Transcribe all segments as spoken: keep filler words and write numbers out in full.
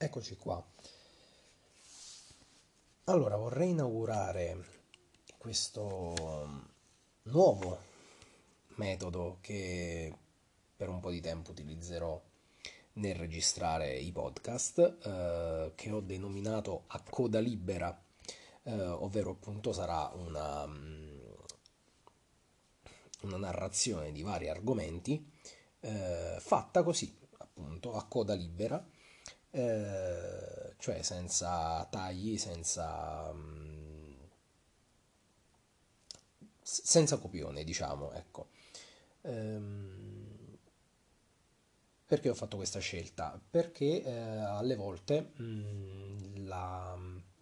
Eccoci qua. Allora, vorrei inaugurare questo nuovo metodo che per un po' di tempo utilizzerò nel registrare i podcast, eh, che ho denominato a coda libera, eh, ovvero appunto sarà una, una narrazione di vari argomenti, eh, fatta così, appunto, a coda libera, eh, cioè senza tagli, senza, mm, senza copione, diciamo, ecco. Ehm, perché ho fatto questa scelta? Perché eh, alle volte mm, la,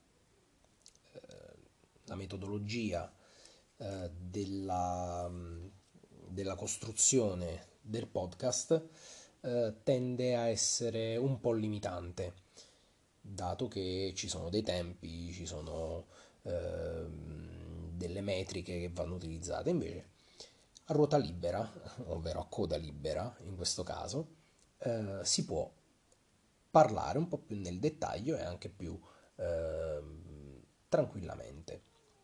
la metodologia eh, della, mm, della costruzione del podcast eh, tende a essere un po' limitante, dato che ci sono dei tempi, ci sono ehm, delle metriche che vanno utilizzate. Invece, a ruota libera, ovvero a coda libera in questo caso, eh, si può parlare un po' più nel dettaglio e anche più ehm, tranquillamente.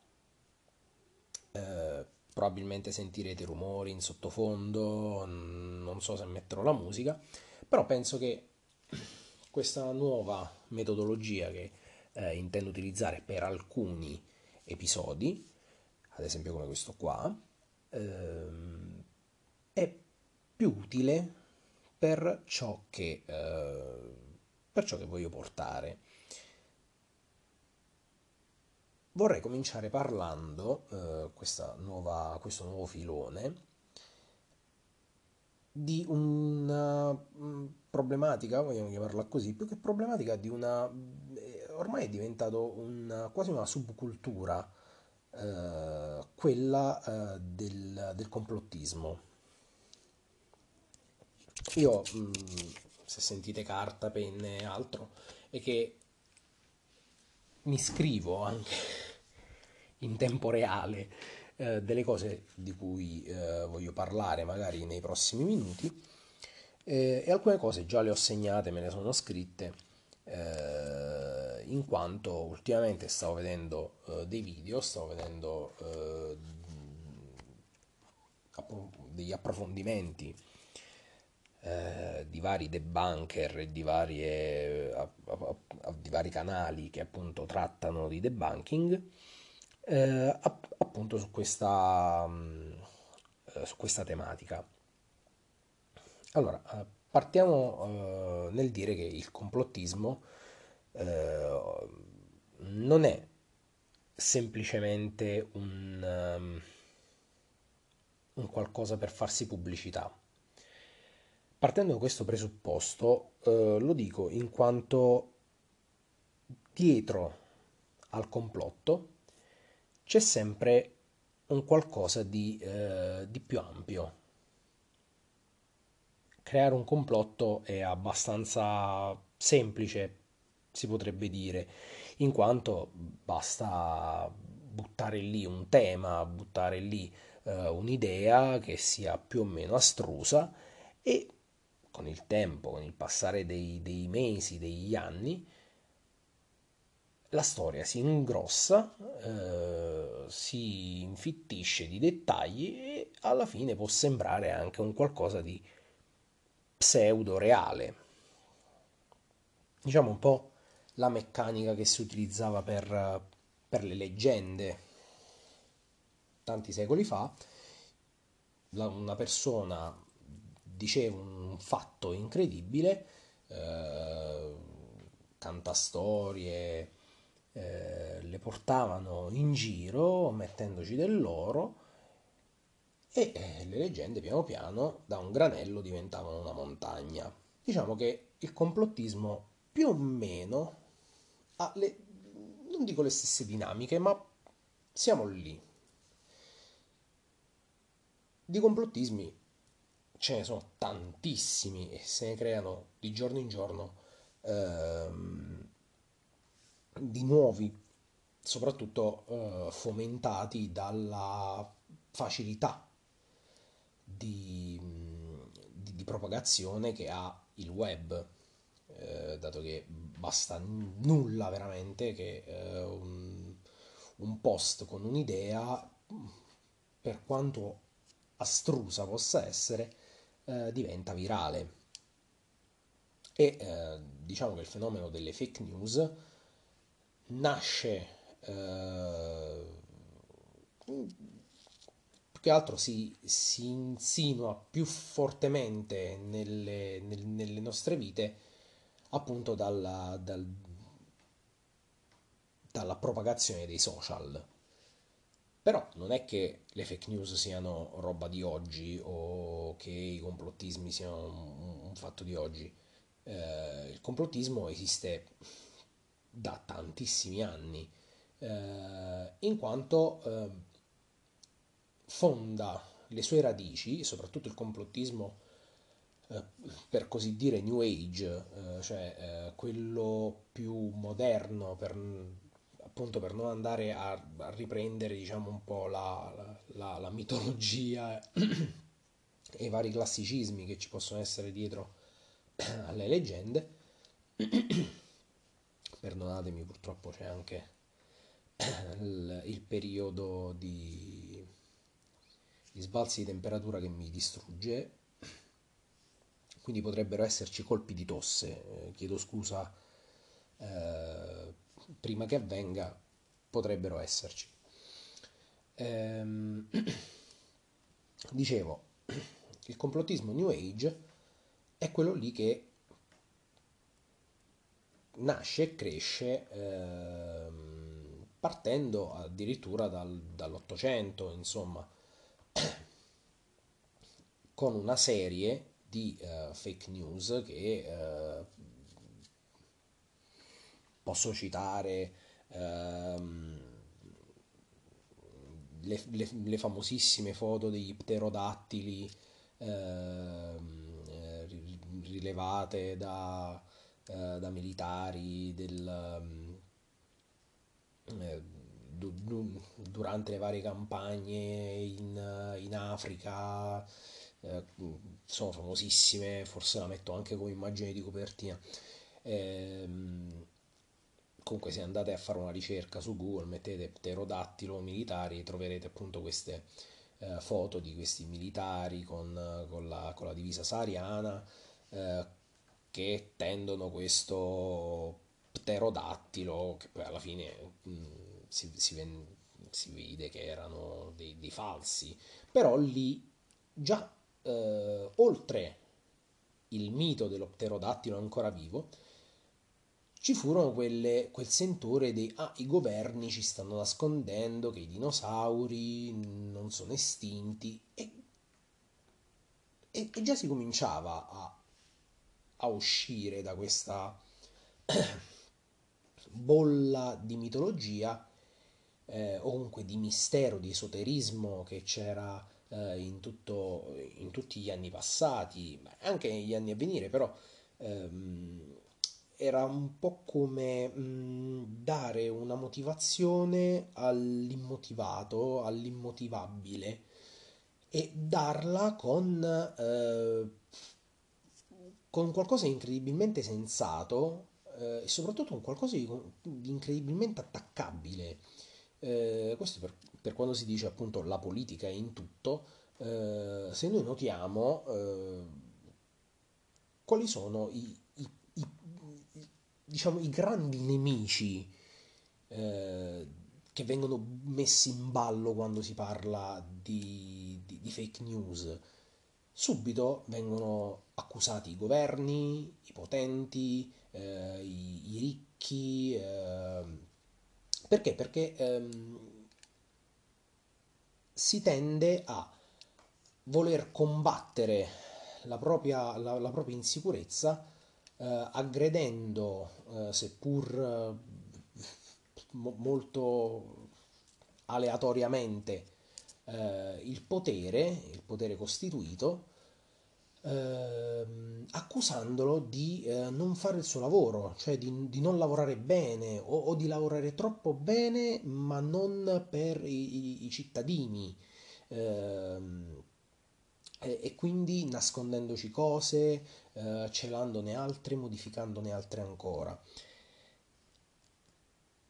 Eh, probabilmente sentirete rumori in sottofondo, mm, non so se metterò la musica, però penso che questa nuova metodologia che eh, intendo utilizzare per alcuni episodi, ad esempio come questo qua, ehm, è più utile per ciò che, eh, per ciò che voglio portare. Vorrei cominciare parlando, eh, questa nuova, questo nuovo filone, di una mm, problematica, vogliamo chiamarla così, più che problematica, di una, eh, ormai è diventato una, quasi una subcultura, eh, quella eh, del, del complottismo. Io, mm, se sentite carta, penne e altro, è che mi scrivo anche in tempo reale eh, delle cose di cui eh, voglio parlare magari nei prossimi minuti, eh, e alcune cose già le ho segnate, me le sono scritte, eh, in quanto ultimamente stavo vedendo eh, dei video, stavo vedendo eh, appunto degli approfondimenti eh, di vari debunker e di, varie, a- a- a- di vari canali che appunto trattano di debunking, eh, app- appunto su questa, mh, eh, su questa tematica. Allora, eh, partiamo eh, nel dire che il complottismo eh, non è semplicemente un, ehm, un qualcosa per farsi pubblicità. Partendo da questo presupposto, eh, lo dico in quanto dietro al complotto c'è sempre un qualcosa di, eh, di più ampio. Creare un complotto è abbastanza semplice, si potrebbe dire, in quanto basta buttare lì un tema, buttare lì eh, un'idea che sia più o meno astrusa e con il tempo, con il passare dei, dei mesi, degli anni, la storia si ingrossa, eh, si infittisce di dettagli e alla fine può sembrare anche un qualcosa di pseudo reale. Diciamo un po' la meccanica che si utilizzava per, per le leggende tanti secoli fa. La- una persona diceva un fatto incredibile, eh, cantastorie, eh, le portavano in giro mettendoci dell'oro e eh, le leggende piano piano da un granello diventavano una montagna. Diciamo che il complottismo più o meno ha le, non dico le stesse dinamiche, ma siamo lì. Di complottismi ce ne sono tantissimi e se ne creano di giorno in giorno ehm, di nuovi, soprattutto eh, fomentati dalla facilità di, di- di propagazione che ha il web, eh, dato che basta nulla veramente che eh, un, un post con un'idea, per quanto astrusa possa essere, eh, diventa virale. E eh, diciamo che il fenomeno delle fake news nasce eh, più che altro si, si insinua più fortemente nelle, nel- nelle nostre vite appunto dalla, dal- dalla propagazione dei social. Però non è che le fake news siano roba di oggi o che i complottismi siano un, un fatto di oggi. Eh, il complottismo esiste da tantissimi anni, eh, in quanto eh, fonda le sue radici, soprattutto il complottismo eh, per così dire New Age, eh, cioè eh, quello più moderno, per, appunto per non andare a, a riprendere diciamo un po' la, la- la- la mitologia e i vari classicismi che ci possono essere dietro alle leggende. Perdonatemi, purtroppo c'è anche il, il periodo di, di sbalzi di temperatura che mi distrugge, quindi potrebbero esserci colpi di tosse. Eh, chiedo scusa eh, prima che avvenga, potrebbero esserci. Ehm, Dicevo, il complottismo New Age è quello lì che nasce e cresce ehm, partendo addirittura dal- dall'Ottocento, insomma, con una serie di eh, fake news che eh, posso citare ehm, le, le- le famosissime foto degli pterodattili ehm, eh, ri- rilevate da, eh, da militari del, ehm, eh, du- du- durante le varie campagne in, in Africa, eh, sono famosissime, forse la metto anche come immagine di copertina. Ehm, Comunque se andate a fare una ricerca su Google, mettete pterodattilo militari e troverete appunto queste eh, foto di questi militari con, con la, con la divisa sahariana eh, che tendono questo pterodattilo che poi alla fine mh, si, si ven- si vede che erano dei, dei falsi, però lì già eh, oltre il mito dello pterodattilo ancora vivo, ci furono quelle, quel sentore di ah, i governi ci stanno nascondendo che i dinosauri non sono estinti e, e- e già si cominciava a, a uscire da questa bolla di mitologia eh, o comunque di mistero, di esoterismo che c'era eh, in, tutto- in tutti gli anni passati, ma anche negli anni a venire, però ehm, era un po' come mh, dare una motivazione all'immotivato, all'immotivabile e darla con, eh, con qualcosa di incredibilmente sensato eh, e soprattutto un qualcosa di, di incredibilmente attaccabile. Eh, questo per, per quando si dice appunto la politica è in tutto, eh, se noi notiamo eh, quali sono i, i- i- i- diciamo, i grandi nemici eh, che vengono messi in ballo quando si parla di, di- di fake news. Subito vengono accusati i governi, i potenti, eh, i, i ricchi. ehm. Perché? Perché ehm, si tende a voler combattere la propria, la, la propria insicurezza eh, aggredendo, eh, seppur eh, mo- molto aleatoriamente, eh, il potere, il potere costituito, ehm, accusandolo di eh, non fare il suo lavoro, cioè di, di non lavorare bene o, o di lavorare troppo bene, ma non per i, i- i cittadini. Ehm, e, e quindi nascondendoci cose, eh, celandone altre, modificandone altre ancora.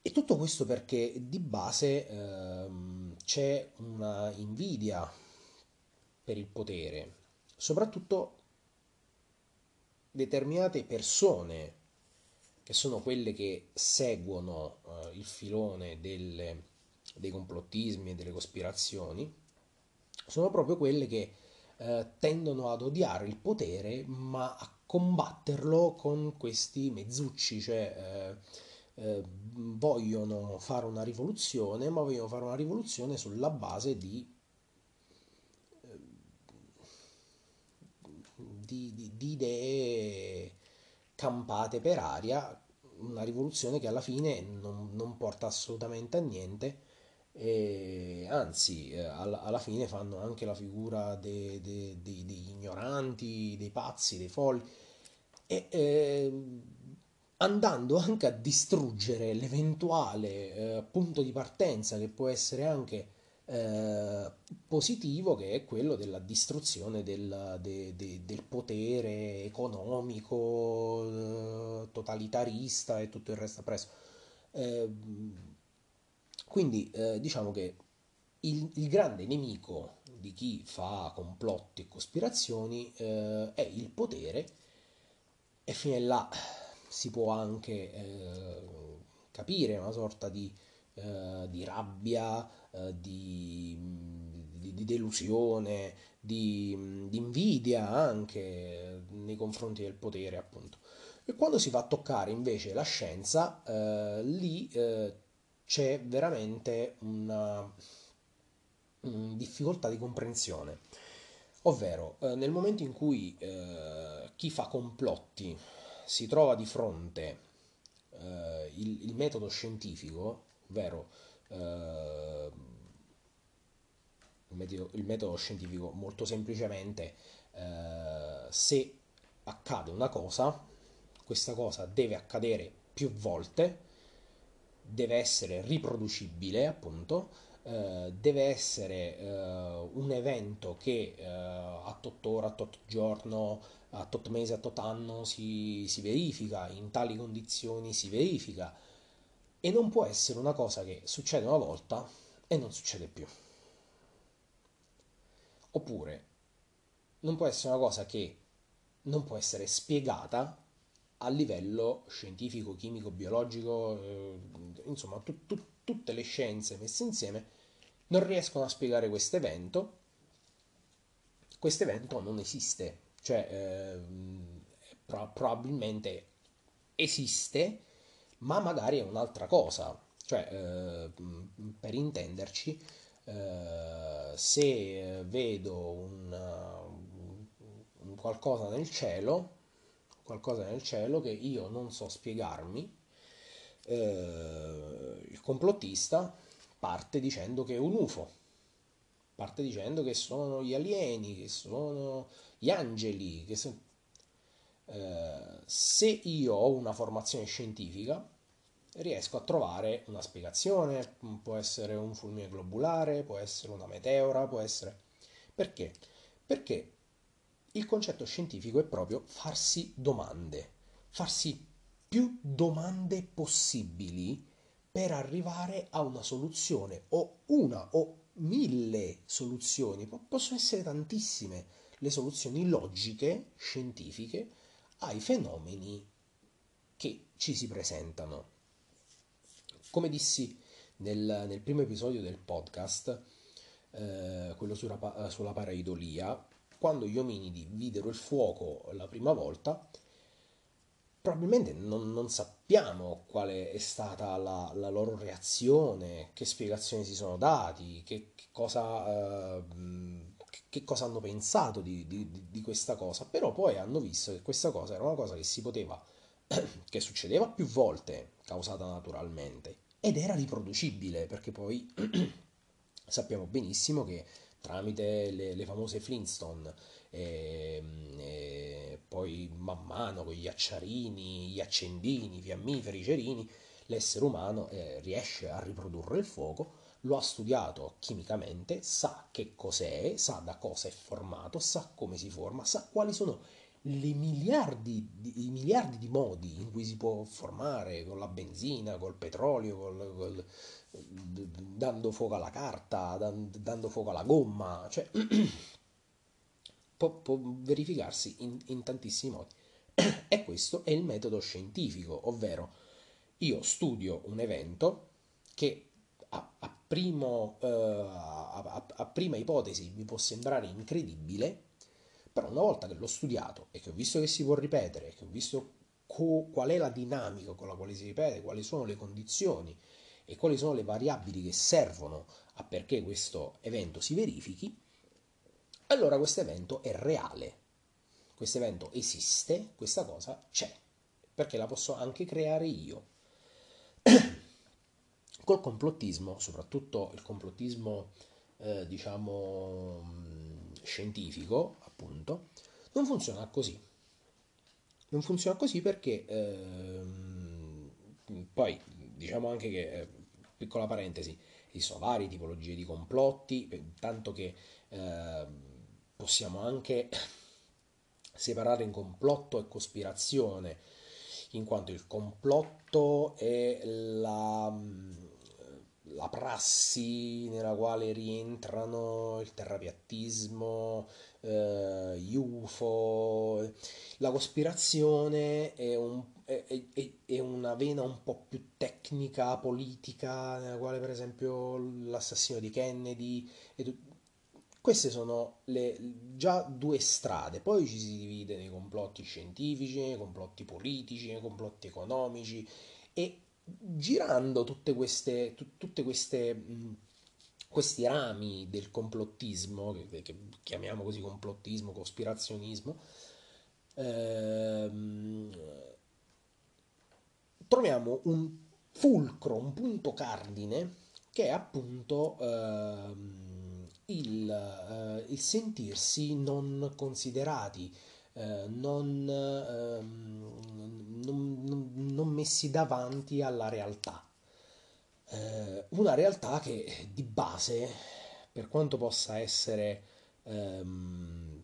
E tutto questo perché di base ehm, c'è una invidia per il potere, soprattutto determinate persone, che sono quelle che seguono eh, il filone delle- dei complottismi e delle cospirazioni, sono proprio quelle che eh, tendono ad odiare il potere, ma a combatterlo con questi mezzucci, cioè eh, eh, vogliono fare una rivoluzione, ma vogliono fare una rivoluzione sulla base di di, di- di idee campate per aria, una rivoluzione che alla fine non, non porta assolutamente a niente e anzi eh, alla, alla fine fanno anche la figura de- de- de- degli ignoranti, dei pazzi, dei folli e eh, andando anche a distruggere l'eventuale eh, punto di partenza che può essere anche eh, positivo, che è quello della distruzione del, de- de- del potere economico, eh, totalitarista e tutto il resto appresso. Eh, quindi eh, diciamo che il, il grande nemico di chi fa complotti e cospirazioni eh, è il potere e fino a là si può anche eh, capire una sorta di, eh, di rabbia, eh, di, di- di delusione, di, di invidia anche nei confronti del potere, appunto. E quando si va a toccare invece la scienza, eh, lì eh, c'è veramente una mm, difficoltà di comprensione. Ovvero, eh, nel momento in cui eh, chi fa complotti si trova di fronte eh, il, il metodo scientifico, ovvero eh, il metodo, il metodo scientifico molto semplicemente, eh, se accade una cosa, questa cosa deve accadere più volte, deve essere riproducibile, appunto, eh, deve essere eh, un evento che eh, a tot ora, a tot giorno, a tot mese, a tot anno si, si verifica, in tali condizioni si verifica e non può essere una cosa che succede una volta e non succede più. Oppure non può essere una cosa che non può essere spiegata a livello scientifico, chimico, biologico, eh, insomma, tu- tu- tutte le scienze messe insieme non riescono a spiegare questo evento. Questo evento non esiste, cioè ehm, pro- probabilmente esiste, ma magari è un'altra cosa. Cioè, eh, per intenderci, eh, se vedo un, un qualcosa nel cielo, qualcosa nel cielo che io non so spiegarmi, eh, il complottista parte dicendo che è un U F O, parte dicendo che sono gli alieni, che sono gli angeli, che so- eh, se io ho una formazione scientifica, riesco a trovare una spiegazione, può essere un fulmine globulare, può essere una meteora, può essere... Perché? Perché il concetto scientifico è proprio farsi domande, farsi più domande possibili per arrivare a una soluzione o una o mille soluzioni, po- possono essere tantissime le soluzioni logiche, scientifiche ai fenomeni che ci si presentano. Come dissi nel, nel primo episodio del podcast, eh, quello sulla, pa- sulla pareidolia, quando gli ominidi videro il fuoco la prima volta, probabilmente non, non sappiamo quale è stata la, la loro reazione, che spiegazioni si sono dati, che, che cosa, eh, che, che cosa hanno pensato di, di- di- di questa cosa, però poi hanno visto che questa cosa era una cosa che si poteva, che succedeva più volte, causata naturalmente, ed era riproducibile, perché poi sappiamo benissimo che tramite le, le famose Flintstone e, e poi man mano con gli acciarini, gli accendini, i fiammiferi, i cerini, l'essere umano eh, riesce a riprodurre il fuoco, lo ha studiato chimicamente, sa che cos'è, sa da cosa è formato, sa come si forma, sa quali sono le miliardi di, i miliardi di modi in cui si può formare con la benzina, col petrolio, col, col- dando fuoco alla carta, dan- dando fuoco alla gomma, cioè può, può verificarsi in, in tantissimi modi. E questo è il metodo scientifico, ovvero io studio un evento che a, a primo, eh, a, a- a prima ipotesi mi può sembrare incredibile, però una volta che l'ho studiato e che ho visto che si può ripetere, che ho visto co- qual è la dinamica con la quale si ripete, quali sono le condizioni e quali sono le variabili che servono a perché questo evento si verifichi, allora questo evento è reale, questo evento esiste, questa cosa c'è, perché la posso anche creare io. Col complottismo, soprattutto il complottismo, eh, diciamo, mh, scientifico, appunto, non funziona così. Non funziona così perché, ehm, poi, diciamo anche che, eh, piccola parentesi, esistono varie tipologie di complotti, eh, tanto che ehm, possiamo anche separare in complotto e cospirazione, in quanto il complotto è la, la prassi nella quale rientrano il terrapiattismo, eh, U F O. La cospirazione è, un- è- è- è una vena un po' più tecnica, politica, nella quale per esempio l'assassino di Kennedy e tu- queste sono le, già due strade, poi ci si divide nei complotti scientifici, nei complotti politici, nei complotti economici e girando tutte queste, tu- tutte queste, mh, questi rami del complottismo, che, che chiamiamo così complottismo, cospirazionismo, ehm, troviamo un fulcro, un punto cardine che è appunto ehm, il, eh, il sentirsi non considerati, eh, non, ehm, non- non- non messi davanti alla realtà. Eh, una realtà che di base, per quanto possa essere ehm,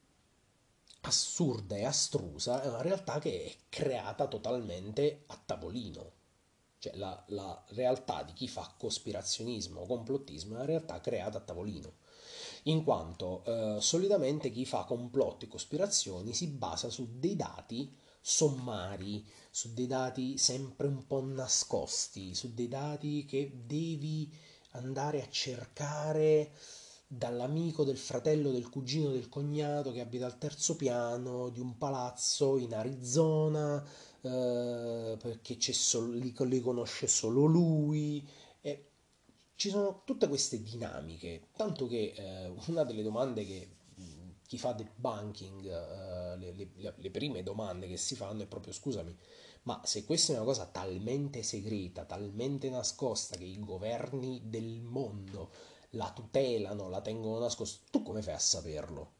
assurda e astrusa, è una realtà che è creata totalmente a tavolino. Cioè la, la realtà di chi fa cospirazionismo o complottismo è una realtà creata a tavolino, in quanto eh, solitamente chi fa complotti e cospirazioni si basa su dei dati sommari, su dei dati sempre un po' nascosti, su dei dati che devi andare a cercare dall'amico, del fratello, del cugino, del cognato che abita al terzo piano di un palazzo in Arizona, eh, perché c'è solo, li, li conosce solo lui. E ci sono tutte queste dinamiche, tanto che eh, una delle domande che mh, chi fa debunking, eh, le, le- le prime domande che si fanno è proprio scusami, ma se questa è una cosa talmente segreta, talmente nascosta che i governi del mondo la tutelano, la tengono nascosta, tu come fai a saperlo?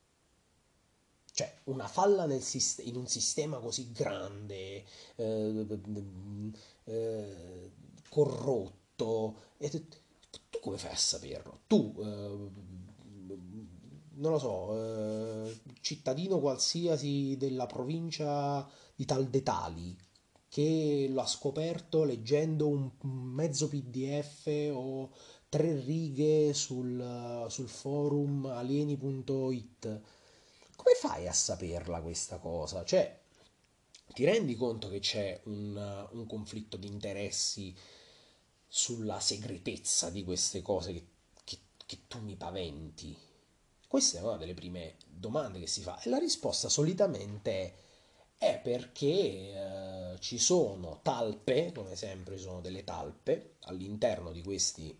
Cioè, una falla nel sist- in un sistema così grande, eh, eh, corrotto, e tu, tu come fai a saperlo? Tu, eh, non lo so, eh, cittadino qualsiasi della provincia di tal dei tali, che l'ha scoperto leggendo un un mezzo P D F o tre righe sul, sul forum alieni punto it. Come fai a saperla questa cosa? Cioè, ti rendi conto che c'è un, un conflitto di interessi sulla segretezza di queste cose che, che- che tu mi paventi? Questa è una delle prime domande che si fa e la risposta solitamente è perché eh, ci sono talpe, come sempre ci sono delle talpe all'interno di questi,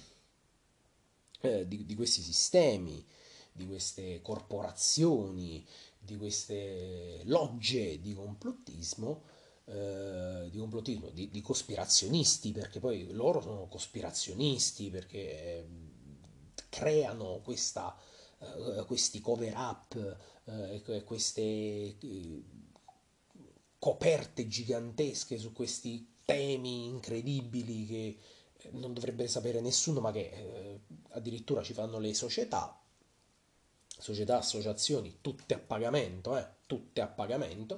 eh, di, di questi sistemi, di queste corporazioni, di queste logge di complottismo, eh, di complottismo, di, di cospirazionisti, perché poi loro sono cospirazionisti, perché eh, creano questa, eh, questi cover up, eh, queste eh, coperte gigantesche su questi temi incredibili che eh, non dovrebbe sapere nessuno, ma che eh, addirittura ci fanno le società, società, associazioni, tutte a pagamento, eh. tutte a pagamento,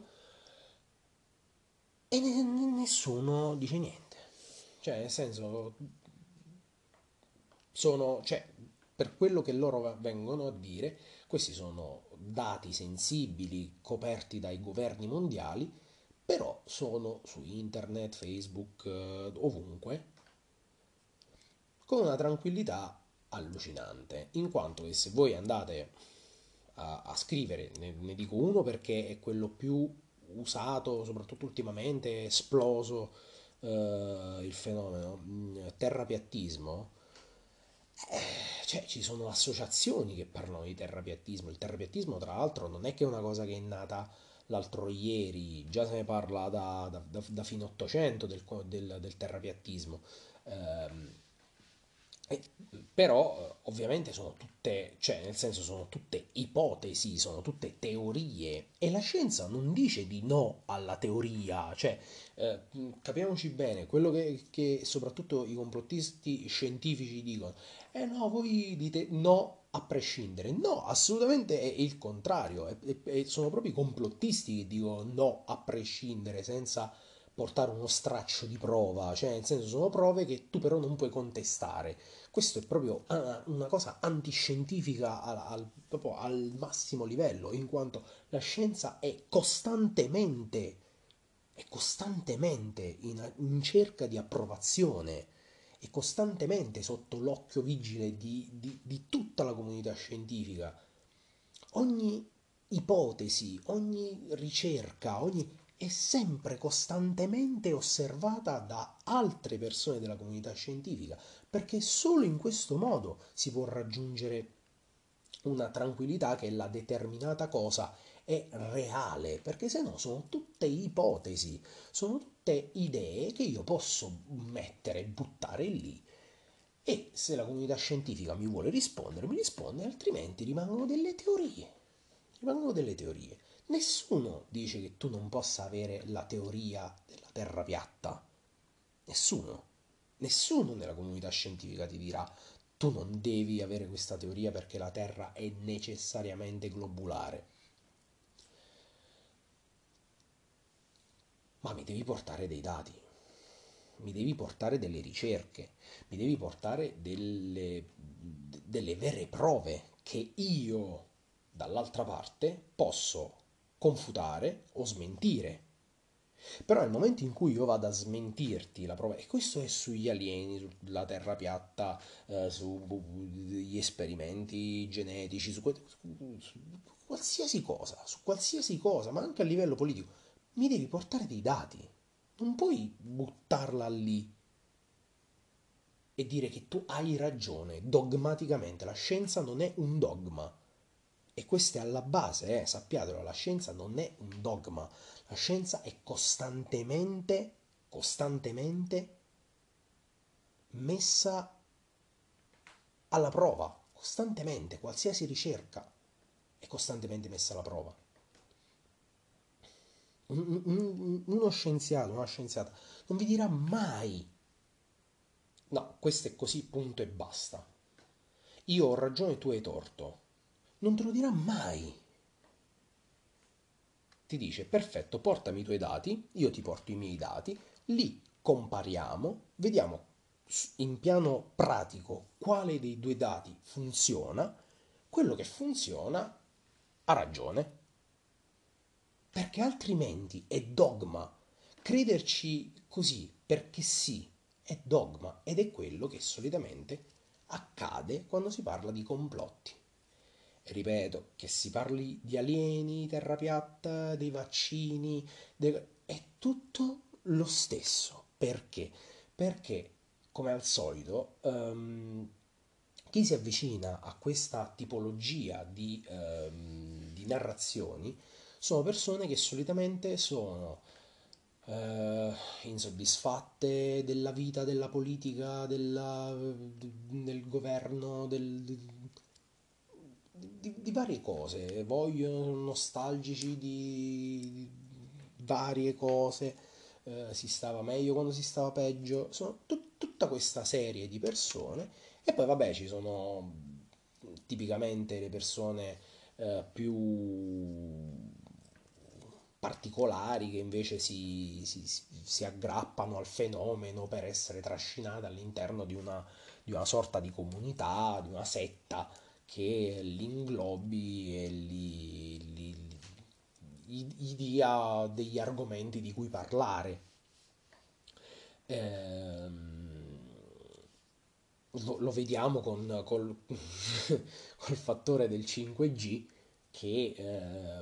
e ne- ne- nessuno dice niente. Cioè, nel senso, sono, cioè, per quello che loro vengono a dire, questi sono dati sensibili coperti dai governi mondiali, però sono su internet, Facebook, eh, ovunque, con una tranquillità allucinante, in quanto che se voi andate a, a scrivere, ne, ne dico uno perché è quello più usato, soprattutto ultimamente, esploso, eh, il fenomeno, mh, terrapiattismo, eh, cioè ci sono associazioni che parlano di terrapiattismo. Il terrapiattismo, tra l'altro, non è che è una cosa che è nata l'altro ieri, già se ne parla da, da, da, da fine Ottocento del, del, del terrapiattismo. Ehm, e- Però eh, ovviamente sono tutte, cioè nel senso sono tutte ipotesi, sono tutte teorie e la scienza non dice di no alla teoria, cioè eh, mh, capiamoci bene, quello che, che soprattutto i complottisti scientifici dicono, eh no, voi dite no a prescindere, no, assolutamente è il contrario, è- è- è- sono proprio i complottisti che dicono no a prescindere senza portare uno straccio di prova, cioè nel senso sono prove che tu però non puoi contestare. Questo è proprio ah, una cosa antiscientifica al, al- proprio al massimo livello, in quanto la scienza è costantemente, è costantemente in, in cerca di approvazione, è costantemente sotto l'occhio vigile di, di- di tutta la comunità scientifica. Ogni ipotesi, ogni ricerca, ogni è sempre costantemente osservata da altre persone della comunità scientifica, perché solo in questo modo si può raggiungere una tranquillità che la determinata cosa è reale, perché se no sono tutte ipotesi, sono tutte idee che io posso mettere, buttare lì e se la comunità scientifica mi vuole rispondere, mi risponde, altrimenti rimangono delle teorie. Rimangono delle teorie. Nessuno dice che tu non possa avere la teoria della Terra piatta. Nessuno. Nessuno nella comunità scientifica ti dirà tu non devi avere questa teoria perché la Terra è necessariamente globulare. Ma mi devi portare dei dati, mi devi portare delle ricerche, mi devi portare delle, delle vere prove che io, dall'altra parte, posso confutare o smentire. Però nel momento in cui io vado a smentirti la prova, e questo è sugli alieni, sulla terra piatta, eh, sugli esperimenti genetici, su, su qualsiasi cosa, su qualsiasi cosa, ma anche a livello politico, mi devi portare dei dati. Non puoi buttarla lì e dire che tu hai ragione dogmaticamente. La scienza non è un dogma. E questo è alla base, eh, sappiatelo, la scienza non è un dogma. La scienza è costantemente, costantemente messa alla prova. Costantemente, qualsiasi ricerca è costantemente messa alla prova. Un- un- uno scienziato, una scienziata non vi dirà mai no, questo è così, punto e basta. Io ho ragione, tu hai torto. Non te lo dirà mai. Ti dice, perfetto, portami i tuoi dati, io ti porto i miei dati, li compariamo, vediamo in piano pratico quale dei due dati funziona, quello che funziona ha ragione, perché altrimenti è dogma. Crederci così perché sì è dogma ed è quello che solitamente accade quando si parla di complotti. E ripeto, che si parli di alieni, terra piatta, dei vaccini, de- è tutto lo stesso. Perché? Perché, come al solito, ehm, chi si avvicina a questa tipologia di, ehm, di narrazioni sono persone che solitamente sono eh, insoddisfatte della vita, della politica, della- del governo, del, di, di varie cose, vogliono nostalgici di varie cose, eh, si stava meglio quando si stava peggio, sono tut- tutta questa serie di persone e poi vabbè ci sono tipicamente le persone eh, più particolari che invece si, si- si aggrappano al fenomeno per essere trascinate all'interno di una, di una sorta di comunità, di una setta che li inglobi e li, li- gli gli dia degli argomenti di cui parlare. Ehm, lo, lo vediamo con, col, col fattore del cinque G che eh,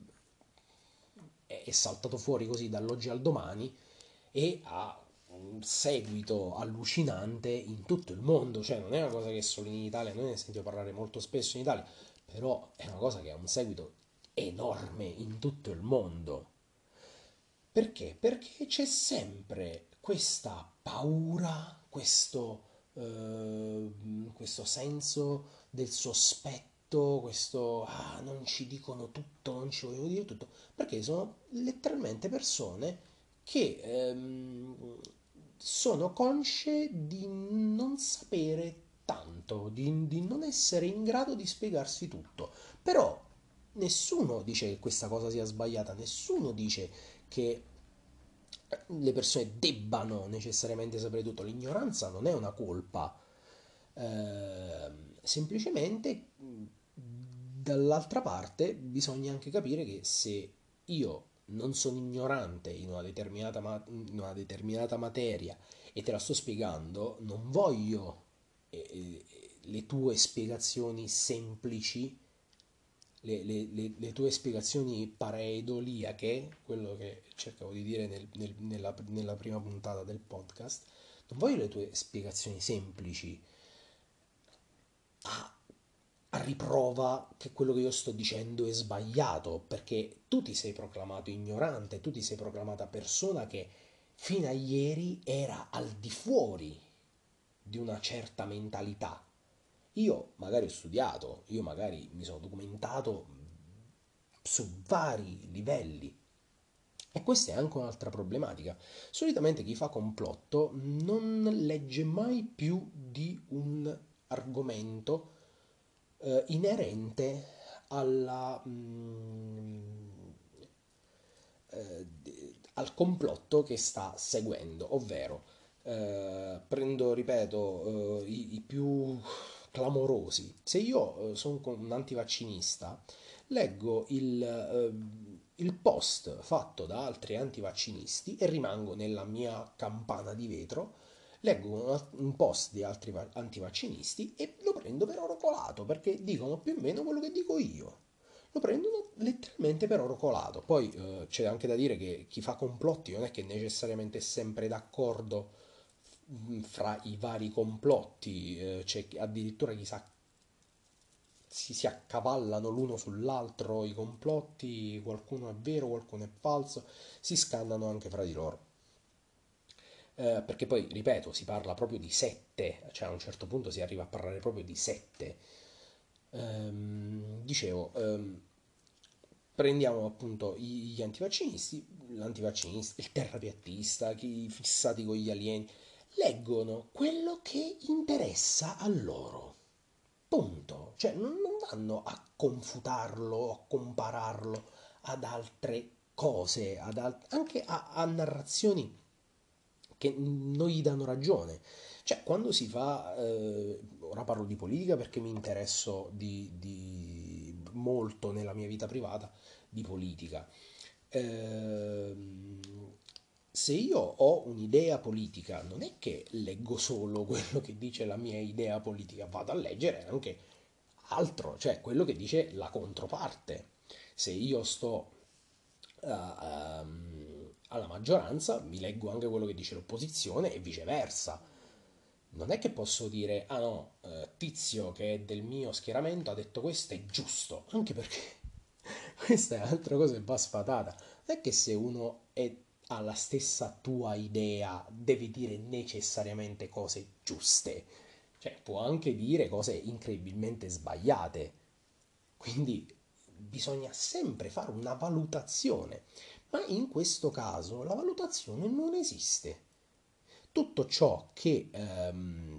è è saltato fuori così dall'oggi al domani e ha un seguito allucinante in tutto il mondo, cioè non è una cosa che è solo in Italia, noi ne sentiamo parlare molto spesso in Italia, però è una cosa che ha un seguito enorme in tutto il mondo. Perché? Perché c'è sempre questa paura, questo, eh, questo senso del sospetto, questo ah, non ci dicono tutto, non ci vogliono dire tutto, perché sono letteralmente persone che ehm, sono consce di non sapere tanto, di, di non essere in grado di spiegarsi tutto. Però nessuno dice che questa cosa sia sbagliata, nessuno dice che le persone debbano necessariamente sapere tutto. L'ignoranza non è una colpa, eh, semplicemente dall'altra parte bisogna anche capire che se io non sono ignorante in una determinata, ma- in una determinata materia e te la sto spiegando, non voglio eh, eh, le tue spiegazioni semplici, le, le- le- le tue spiegazioni pareidoliache, quello che cercavo di dire nel- nel- nella, nella prima puntata del podcast, non voglio le tue spiegazioni semplici a, a riprova che quello che io sto dicendo è sbagliato, perché tu ti sei proclamato ignorante, tu ti sei proclamata persona che fino a ieri era al di fuori di una certa mentalità. Io magari ho studiato, io magari mi sono documentato su vari livelli. E questa è anche un'altra problematica. Solitamente chi fa complotto non legge mai più di un argomento eh, inerente alla, mm, eh, al complotto che sta seguendo, ovvero eh, prendo, ripeto, eh, i, i più clamorosi. Se io eh, sono un antivaccinista, leggo il, eh, il post fatto da altri antivaccinisti e rimango nella mia campana di vetro, leggo un, un post di altri va- antivaccinisti e lo prendo per oro colato perché dicono più o meno quello che dico io. Lo prendono letteralmente per oro colato. Poi eh, c'è anche da dire che chi fa complotti non è che necessariamente è sempre d'accordo mh, fra i vari complotti, eh, c'è chi- addirittura chi sa si, si accavallano l'uno sull'altro i complotti, qualcuno è vero, qualcuno è falso, si scannano anche fra di loro. Eh, perché poi, ripeto, si parla proprio di sette, cioè a un certo punto si arriva a parlare proprio di sette. Ehm, dicevo, ehm, prendiamo appunto gli antivaccinisti, l'antivaccinista, il terrapiattista, chi fissati con gli alieni, leggono quello che interessa a loro. Punto. Cioè non, non vanno a confutarlo, a compararlo ad altre cose, ad alt- anche a, a narrazioni che non gli danno ragione. Cioè, quando si fa, eh, ora parlo di politica perché mi interesso di, di molto nella mia vita privata di politica. Ehm, Se io ho un'idea politica, non è che leggo solo quello che dice la mia idea politica, vado a leggere anche altro, cioè quello che dice la controparte. Se io sto uh, um, alla maggioranza, mi leggo anche quello che dice l'opposizione e viceversa. Non è che posso dire, ah no, eh, Tizio che è del mio schieramento ha detto questo è giusto, anche perché questa è un'altra cosa che va sfatata. Non è che se uno è, ha la stessa tua idea deve dire necessariamente cose giuste, cioè può anche dire cose incredibilmente sbagliate. Quindi bisogna sempre fare una valutazione, ma in questo caso la valutazione non esiste. Tutto ciò che ehm,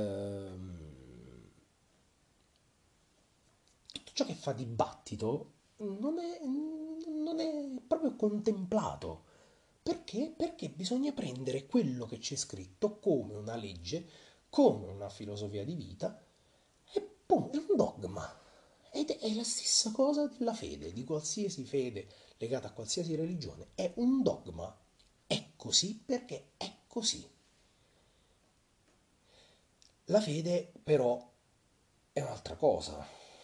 ehm, tutto ciò che fa dibattito non è, non è proprio contemplato. Perché? Perché bisogna prendere quello che c'è scritto come una legge, come una filosofia di vita, e poi è un dogma. Ed è la stessa cosa della fede, di qualsiasi fede legata a qualsiasi religione. È un dogma. È così perché è così. La fede però è un'altra cosa.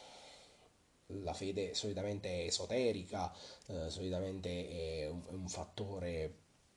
La fede solitamente è esoterica, eh, solitamente è un, è un fattore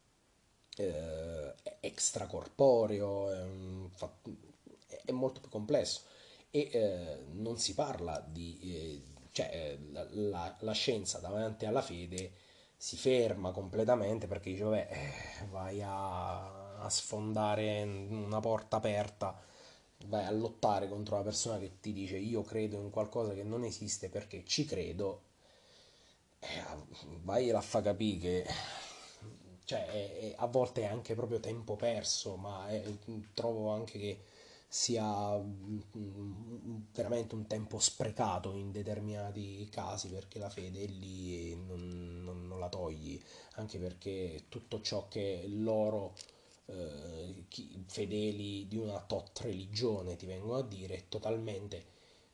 eh, extracorporeo, è, un fat- è molto più complesso e eh, non si parla di... eh, cioè eh, la, la- la scienza davanti alla fede si ferma completamente perché dice, vabbè, eh, vai a, a sfondare una porta aperta, vai a lottare contro una persona che ti dice io credo in qualcosa che non esiste perché ci credo, eh, vai a fa capire che cioè, è- è- a volte è anche proprio tempo perso, ma è- trovo anche che sia mm, mm, veramente un tempo sprecato in determinati casi perché la fede è lì e non, non- non la togli, anche perché tutto ciò che loro eh, chi- fedeli di una tot religione ti vengono a dire è totalmente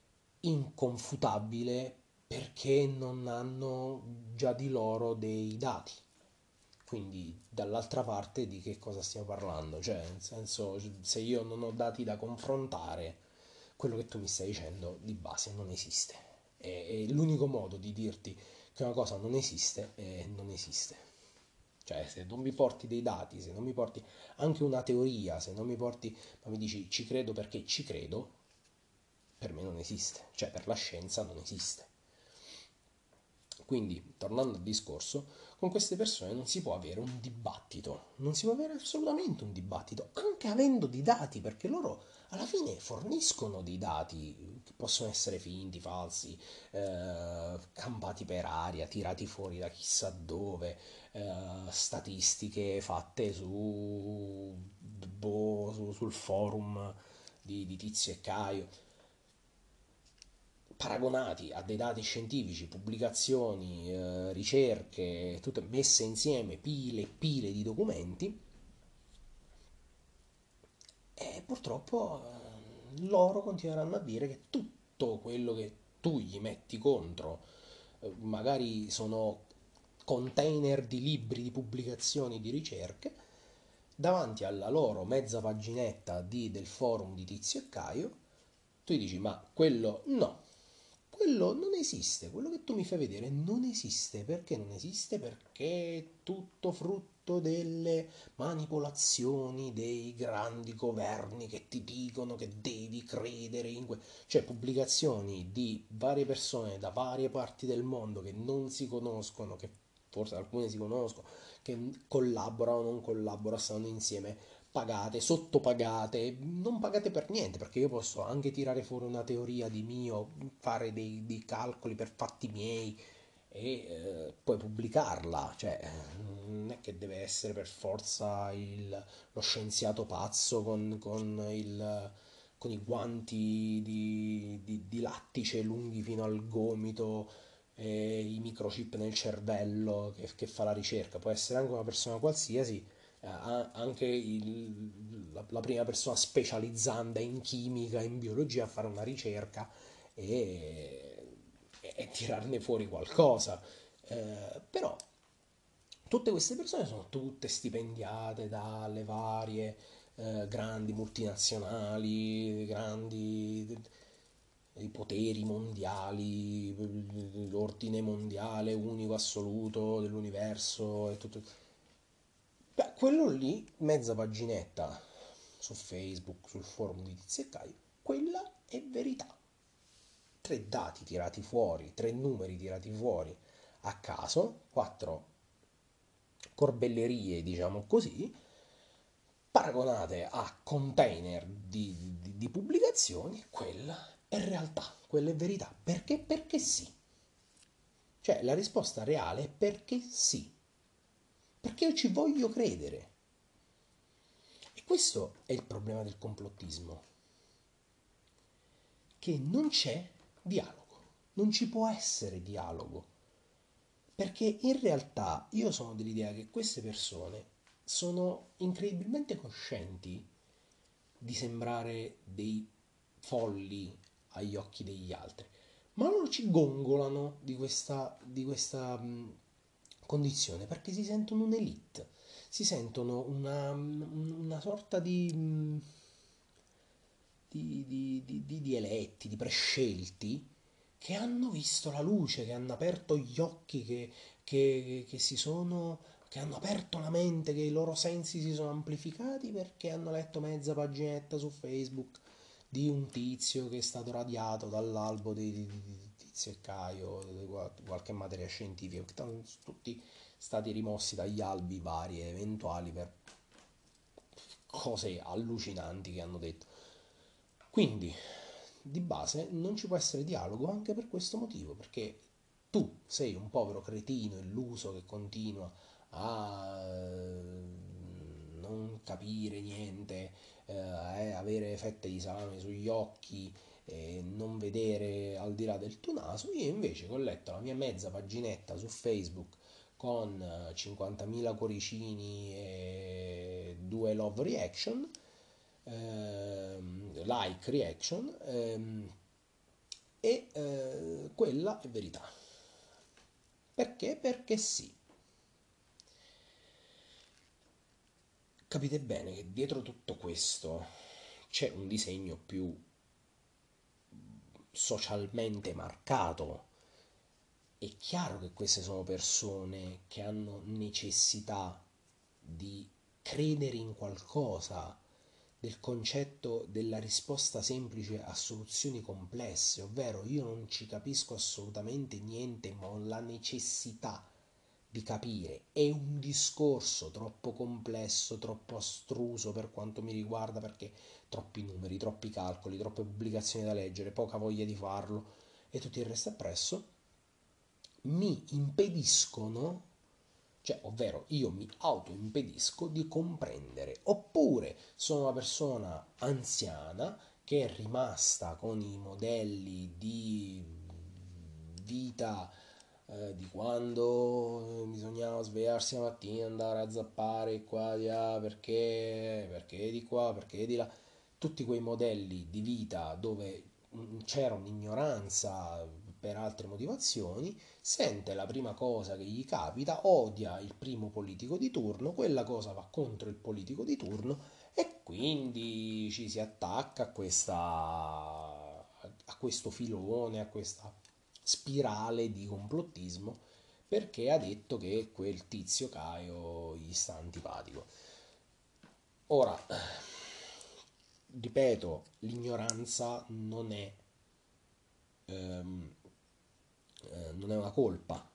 inconfutabile perché non hanno già di loro dei dati. Quindi dall'altra parte di che cosa stiamo parlando? Cioè, nel senso, se io non ho dati da confrontare, quello che tu mi stai dicendo di base non esiste. E, e l'unico modo di dirti che una cosa non esiste è non esiste. Cioè, se non mi porti dei dati, se non mi porti anche una teoria, se non mi porti, ma mi dici ci credo perché ci credo, per me non esiste. Cioè, per la scienza non esiste. Quindi, tornando al discorso, con queste persone non si può avere un dibattito, non si può avere assolutamente un dibattito, anche avendo dei dati, perché loro alla fine forniscono dei dati che possono essere finti, falsi, eh, campati per aria, tirati fuori da chissà dove, eh, statistiche fatte su, boh, su- sul forum di, di Tizio e Caio paragonati a dei dati scientifici, pubblicazioni, eh, ricerche, tutte messe insieme, pile e pile di documenti, e purtroppo eh, loro continueranno a dire che tutto quello che tu gli metti contro, eh, magari sono container di libri, di pubblicazioni, di ricerche, davanti alla loro mezza paginetta di- del forum di Tizio e Caio, tu gli dici, ma quello no, quello non esiste, quello che tu mi fai vedere non esiste. Perché non esiste? Perché è tutto frutto delle manipolazioni dei grandi governi che ti dicono che devi credere in que... cioè pubblicazioni di varie persone da varie parti del mondo che non si conoscono, che forse alcune si conoscono, che collaborano o non collaborano, stanno insieme pagate, sottopagate, non pagate per niente, perché io posso anche tirare fuori una teoria di mio, fare dei, dei calcoli per fatti miei e eh, poi pubblicarla, cioè non è che deve essere per forza il- lo scienziato pazzo con, con il, con i guanti di, di- di lattice lunghi fino al gomito e i microchip nel cervello che, che fa la ricerca, può essere anche una persona qualsiasi, eh, a- anche il- la, la prima persona specializzanda in chimica, in biologia, a fare una ricerca e, e tirarne fuori qualcosa. Eh, però tutte queste persone sono tutte stipendiate dalle varie eh, grandi multinazionali, grandi i poteri mondiali, l'ordine mondiale unico assoluto dell'universo e tutto. Beh, quello lì, mezza paginetta su Facebook, sul forum di Tizio e Caio, quella è verità. Tre dati tirati fuori, tre numeri tirati fuori a caso, quattro corbellerie, diciamo così, paragonate a container di, di- di pubblicazioni, quella è realtà, quella è verità. Perché? Perché sì. Cioè, la risposta reale è perché sì. Perché io ci voglio credere. E questo è il problema del complottismo, che non c'è dialogo, non ci può essere dialogo. Perché in realtà io sono dell'idea che queste persone sono incredibilmente coscienti di sembrare dei folli agli occhi degli altri, ma loro ci gongolano di questa, di questa mh, condizione perché si sentono un'elite, si sentono una, una sorta di, mh, di, di, di, di- di eletti, di prescelti che hanno visto la luce, che hanno aperto gli occhi, che, che, che si sono, che hanno aperto la mente, che i loro sensi si sono amplificati perché hanno letto mezza paginetta su Facebook di un tizio che è stato radiato dall'albo di, di- di Tizio e Caio, di qual- qualche materia scientifica, che sono tutti stati rimossi dagli albi vari e eventuali per cose allucinanti che hanno detto. Quindi, di base, non ci può essere dialogo anche per questo motivo, perché tu sei un povero cretino illuso che continua a eh, non capire niente, eh, a avere fette di salame sugli occhi e non vedere al di là del tuo naso. Io invece che ho letto la mia mezza paginetta su Facebook con eh, cinquantamila cuoricini e due love reaction, ehm, like reaction, ehm, e eh, quella è verità. Perché? Perché sì. Capite bene che dietro tutto questo c'è un disegno più socialmente marcato. È chiaro che queste sono persone che hanno necessità di credere in qualcosa, del concetto della risposta semplice a soluzioni complesse, ovvero io non ci capisco assolutamente niente, ma ho la necessità di capire. È un discorso troppo complesso, troppo astruso per quanto mi riguarda, perché troppi numeri, troppi calcoli, troppe pubblicazioni da leggere, poca voglia di farlo e tutto il resto appresso mi impediscono, cioè, ovvero io mi autoimpedisco di comprendere, oppure sono una persona anziana che è rimasta con i modelli di vita eh, di quando bisognava svegliarsi la mattina, andare a zappare qua di là, perché, perché di qua, perché di là, tutti quei modelli di vita dove mm, c'era un'ignoranza per altre motivazioni, sente la prima cosa che gli capita, odia il primo politico di turno, quella cosa va contro il politico di turno e quindi ci si attacca a questa a questo filone, a questa spirale di complottismo perché ha detto che quel tizio Caio gli sta antipatico. Ora, ripeto, l'ignoranza non è, ehm, eh, non è una colpa,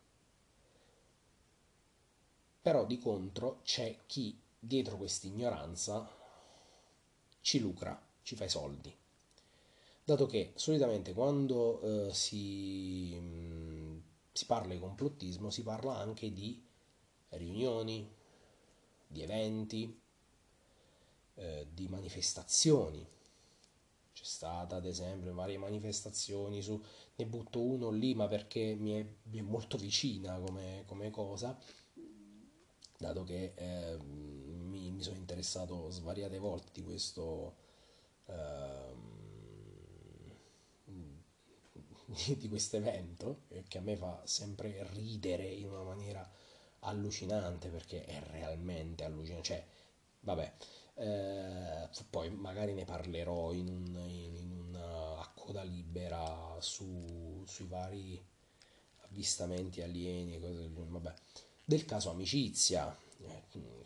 però di contro c'è chi dietro questa ignoranza ci lucra, ci fa i soldi. Dato che solitamente quando eh, si, mh, si parla di complottismo si parla anche di riunioni, di eventi, eh, di manifestazioni. C'è stata ad esempio varie manifestazioni su, ne butto uno lì ma perché mi è, mi è molto vicina come, come cosa, dato che eh, mi, mi sono interessato svariate volte di questo, ehm, di, di questo evento, eh, che a me fa sempre ridere in una maniera allucinante perché è realmente allucinante. Cioè, vabbè, eh, poi magari ne parlerò in un, in, in una a coda libera su, sui vari avvistamenti alieni e cose del genere. Vabbè, del caso amicizia. Eh,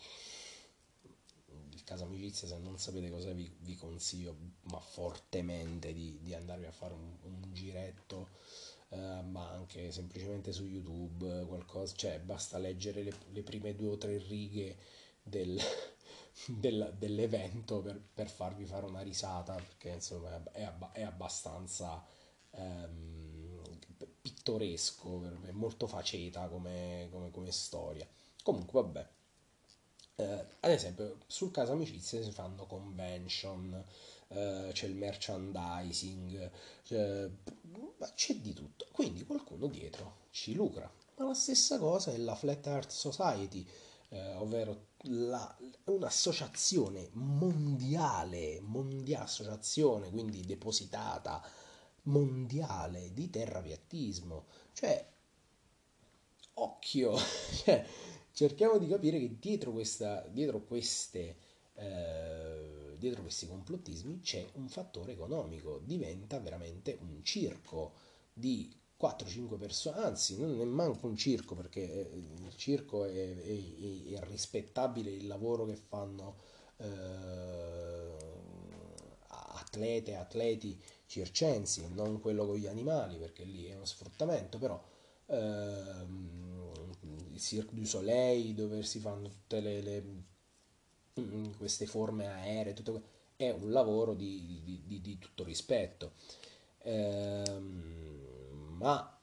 il caso amicizia, se non sapete cosa vi, vi consiglio, ma fortemente di, di andarvi a fare un, un giretto, eh, ma anche semplicemente su YouTube, qualcosa, cioè basta leggere le, le prime due o tre righe del, del- dell'evento per, per farvi fare una risata, perché insomma è, abba- è abbastanza ehm, pittoresco, è molto faceta come, come- come storia. Comunque, vabbè. Eh, ad esempio, sul caso amicizia si fanno convention, eh, c'è il merchandising, c'è, ma c'è di tutto. Quindi qualcuno dietro ci lucra. Ma la stessa cosa è la Flat Earth Society, eh, ovvero la- un'associazione mondiale, mondiale, associazione quindi depositata mondiale di terrapiattismo. Cioè, occhio, cioè, cerchiamo di capire che dietro questa, dietro queste, eh, dietro questi complottismi c'è un fattore economico, diventa veramente un circo di quattro cinque persone, anzi non è manco un circo perché eh, il circo è, è- è rispettabile il lavoro che fanno eh, atlete, atleti circensi, non quello con gli animali perché lì è uno sfruttamento, però ehm, il Cirque du Soleil dove si fanno tutte le, le- mm, queste forme aeree, tutto que- è un lavoro di, di- di- di tutto rispetto. Ehm, ma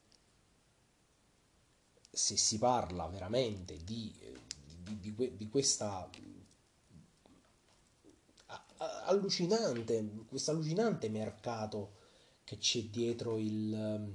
se si parla veramente di, di, di que- di questa a- a- allucinante, questo allucinante mercato che c'è dietro il,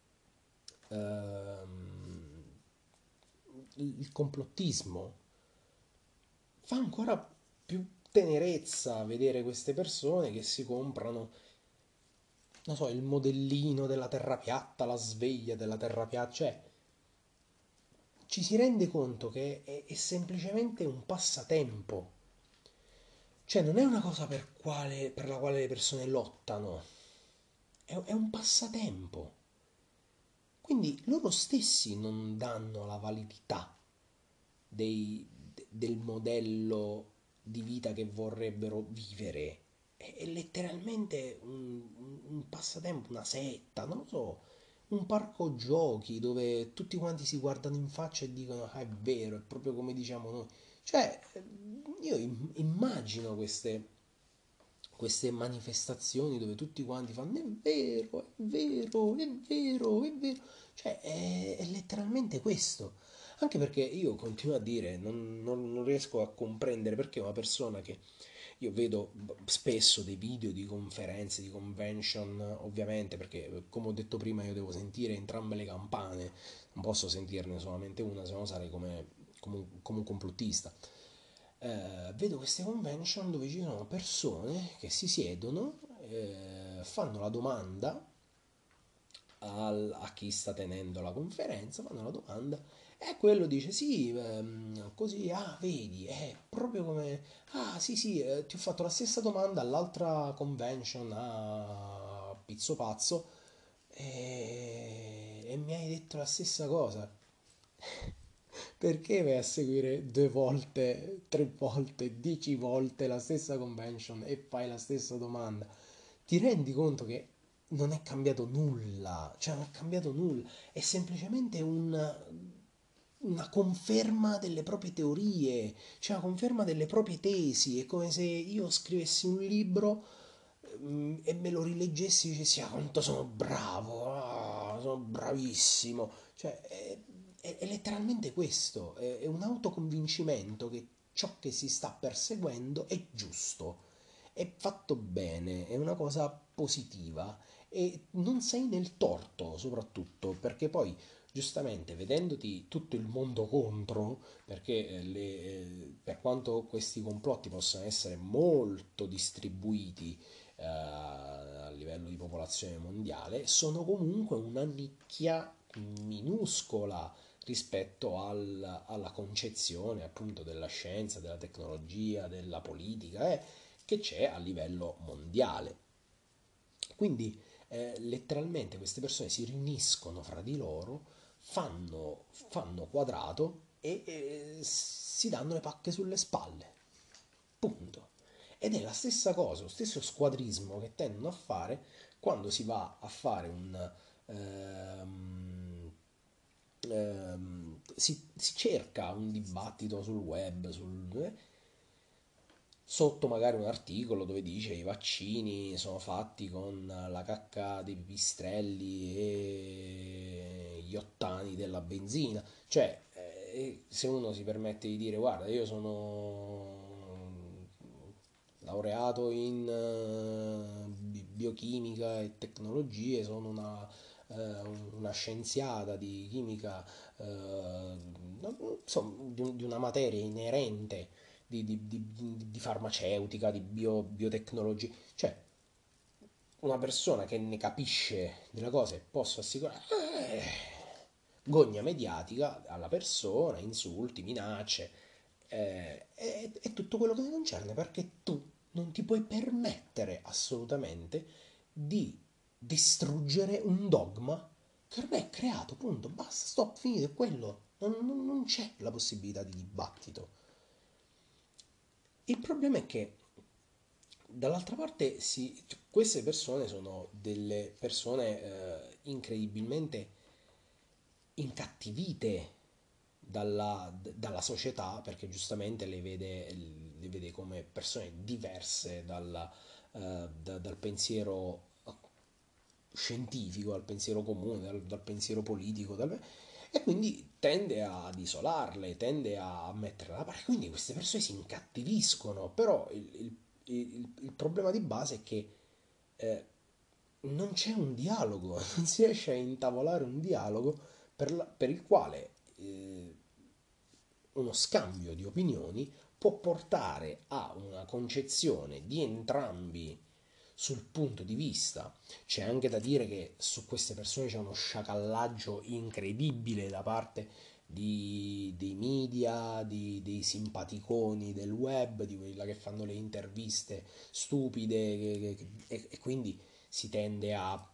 ehm, il il complottismo, fa ancora più tenerezza vedere queste persone che si comprano, non so, il modellino della terra piatta, la sveglia della terra piatta, cioè ci si rende conto che è, è semplicemente un passatempo, cioè non è una cosa per, quale, per la quale le persone lottano, è, è un passatempo. Quindi loro stessi non danno la validità dei- de- del modello di vita che vorrebbero vivere. È, è letteralmente un, un- un passatempo, una setta, non lo so, un parco giochi dove tutti quanti si guardano in faccia e dicono: "Ah, è vero, è proprio come diciamo noi." Cioè, io im- immagino queste, queste manifestazioni dove tutti quanti fanno: "È vero, è vero, è vero, è vero." Cioè, è, è letteralmente questo. Anche perché io continuo a dire, non, non- non riesco a comprendere perché una persona che io vedo b- spesso dei video di conferenze, di convention, ovviamente, perché eh, come ho detto prima io devo sentire entrambe le campane, non posso sentirne solamente una, se no sarei come, come un, come un complottista. Eh, vedo queste convention dove ci sono persone che si siedono, eh, fanno la domanda al- a chi sta tenendo la conferenza, fanno la domanda e quello dice sì, ehm, così, ah, vedi, è proprio come, ah, sì, sì, eh, ti ho fatto la stessa domanda all'altra convention a Pizzo Pazzo e, e mi hai detto la stessa cosa. Perché vai a seguire due volte, tre volte, dieci volte la stessa convention e fai la stessa domanda? Ti rendi conto che non è cambiato nulla, cioè non è cambiato nulla, è semplicemente un- una conferma delle proprie teorie, cioè una conferma delle proprie tesi. È come se io scrivessi un libro ehm, e me lo rileggessi e dicessi: "Ah, quanto sono bravo, ah, sono bravissimo." Cioè, è, è- è letteralmente questo, è, è un autoconvincimento che ciò che si sta perseguendo è giusto, è fatto bene, è una cosa positiva e non sei nel torto soprattutto perché poi giustamente vedendoti tutto il mondo contro, perché eh, le- eh, per quanto questi complotti possano essere molto distribuiti eh, a livello di popolazione mondiale, sono comunque una nicchia minuscola rispetto al- alla concezione appunto della scienza, della tecnologia, della politica, eh, che c'è a livello mondiale. Quindi eh, letteralmente queste persone si riuniscono fra di loro, fanno, fanno quadrato e, e si danno le pacche sulle spalle. Punto. Ed è la stessa cosa, lo stesso squadrismo che tendono a fare quando si va a fare un... ehm, ehm, si, si cerca un dibattito sul web, sul, eh, sotto magari un articolo dove dice i vaccini sono fatti con la cacca dei pipistrelli e gli ottani della benzina. Cioè, eh, se uno si permette di dire: "Guarda, io sono laureato in eh, bi- biochimica e tecnologie, sono una eh, una scienziata di chimica, eh, no, insomma, di, di una materia inerente di, di- di- di- di farmaceutica, di bio- biotecnologia, cioè una persona che ne capisce della cosa e posso assicurare, eh, gogna mediatica alla persona, insulti, minacce, eh, è, è tutto quello che ne concerne perché tu non ti puoi permettere assolutamente di distruggere un dogma che ormai è creato, punto, basta, stop, finito, è quello, non, non- non c'è la possibilità di dibattito. Il problema è che dall'altra parte si- queste persone sono delle persone eh, incredibilmente incattivite dalla, dalla società perché giustamente le vede, le vede come persone diverse dalla, eh, da- dal pensiero scientifico, dal pensiero comune, dal, dal pensiero politico, dal- e quindi tende ad isolarle, tende a metterle da parte. Quindi queste persone si incattiviscono, però il, il- il- il problema di base è che eh, non c'è un dialogo, non si riesce a intavolare un dialogo per, la- per il quale eh, uno scambio di opinioni può portare a una concezione di entrambi sul punto di vista. C'è anche da dire che su queste persone c'è uno sciacallaggio incredibile da parte di- dei media, di- dei simpaticoni del web, di quella che fanno le interviste stupide che- che- e, e quindi si tende a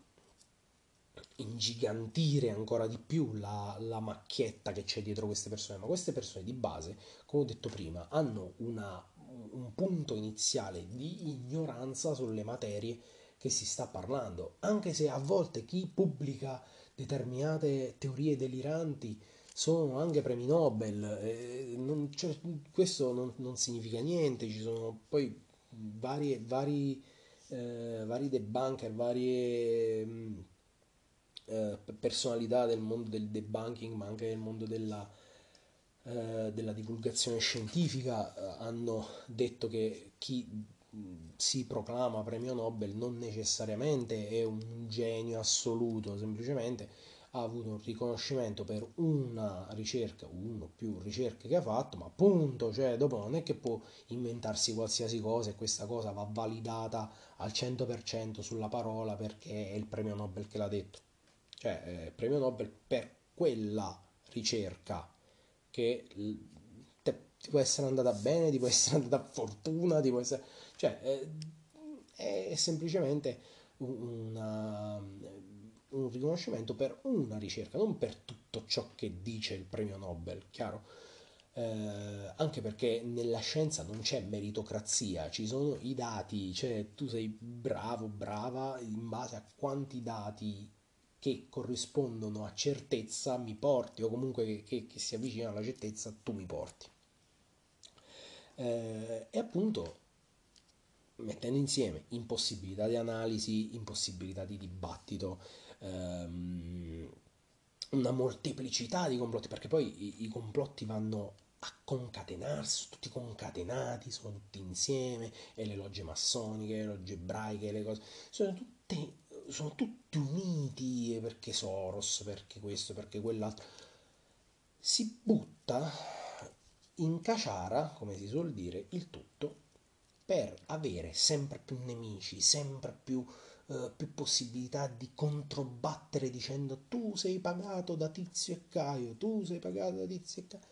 ingigantire ancora di più la, la macchietta che c'è dietro queste persone, ma queste persone di base, come ho detto prima, hanno una, un punto iniziale di ignoranza sulle materie che si sta parlando, anche se a volte chi pubblica determinate teorie deliranti sono anche premi Nobel, eh, non- cioè, questo non, non significa niente, ci sono poi vari, vari, eh, vari debunker, varie mh, eh, personalità del mondo del debunking, ma anche del mondo della, eh, della divulgazione scientifica, eh, hanno detto che chi mh, si proclama premio Nobel non necessariamente è un genio assoluto, semplicemente ha avuto un riconoscimento per una ricerca, uno o più ricerche che ha fatto, ma appunto, cioè dopo non è che può inventarsi qualsiasi cosa e questa cosa va validata al cento per cento sulla parola perché è il premio Nobel che l'ha detto. Cioè, eh, premio Nobel per quella ricerca che l- te- ti può essere andata bene, ti può essere andata a fortuna, ti può essere... Cioè, eh, è semplicemente una- un riconoscimento per una ricerca, non per tutto ciò che dice il premio Nobel, chiaro? Eh, anche perché nella scienza non c'è meritocrazia, ci sono i dati, cioè tu sei bravo, brava in base a quanti dati che corrispondono a certezza mi porti o comunque che, che, che si avvicinano alla certezza tu mi porti. Eh, e appunto mettendo insieme impossibilità di analisi, impossibilità di dibattito, ehm, una molteplicità di complotti, perché poi i, i complotti vanno a concatenarsi, sono tutti concatenati, sono tutti insieme, e le logge massoniche, le logge ebraiche, le cose, sono tutte, sono tutti uniti perché Soros, perché questo, perché quell'altro. Si butta in caciara, come si suol dire, il tutto per avere sempre più nemici, sempre più, eh, più possibilità di controbattere dicendo tu sei pagato da Tizio e Caio, tu sei pagato da Tizio e Caio,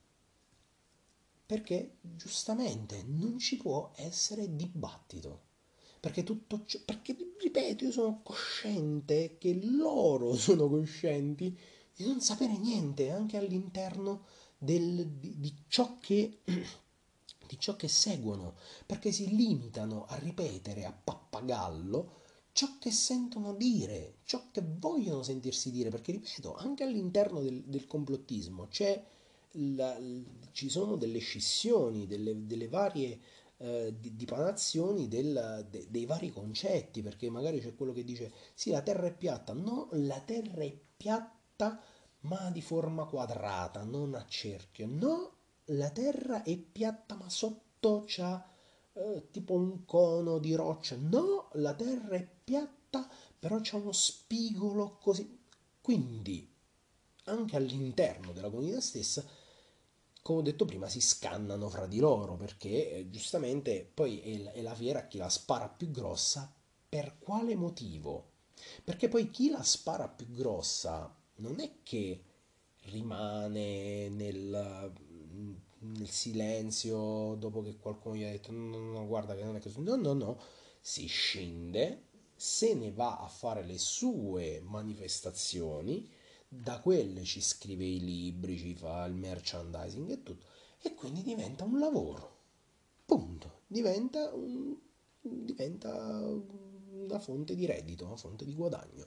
perché giustamente non ci può essere dibattito. Perché tutto ciò, perché ripeto, io sono cosciente che loro sono coscienti di non sapere niente anche all'interno del- di, di ciò che, di ciò che seguono, perché si limitano a ripetere a pappagallo ciò che sentono dire, ciò che vogliono sentirsi dire, perché ripeto, anche all'interno del, del complottismo c'è la- l- ci sono delle scissioni, delle, delle varie eh, di- dipanazioni del- de- dei vari concetti, perché magari c'è quello che dice sì, la Terra è piatta, no, la Terra è piatta ma di forma quadrata, non a cerchio, no, la Terra è piatta ma sotto c'ha eh, tipo un cono di roccia, no, la Terra è piatta però c'è uno spigolo così. Quindi anche all'interno della comunità stessa, come ho detto prima, si scannano fra di loro perché eh, giustamente poi è, la- è la fiera a chi la spara più grossa. Per quale motivo? Perché poi chi la spara più grossa non è che rimane nel, nel silenzio dopo che qualcuno gli ha detto no, no, no, guarda che non è così. No, no, no, si scende, se ne va a fare le sue manifestazioni, da quelle ci scrive i libri, ci fa il merchandising e tutto, e quindi diventa un lavoro. Punto. Diventa, un- diventa una fonte di reddito, una fonte di guadagno.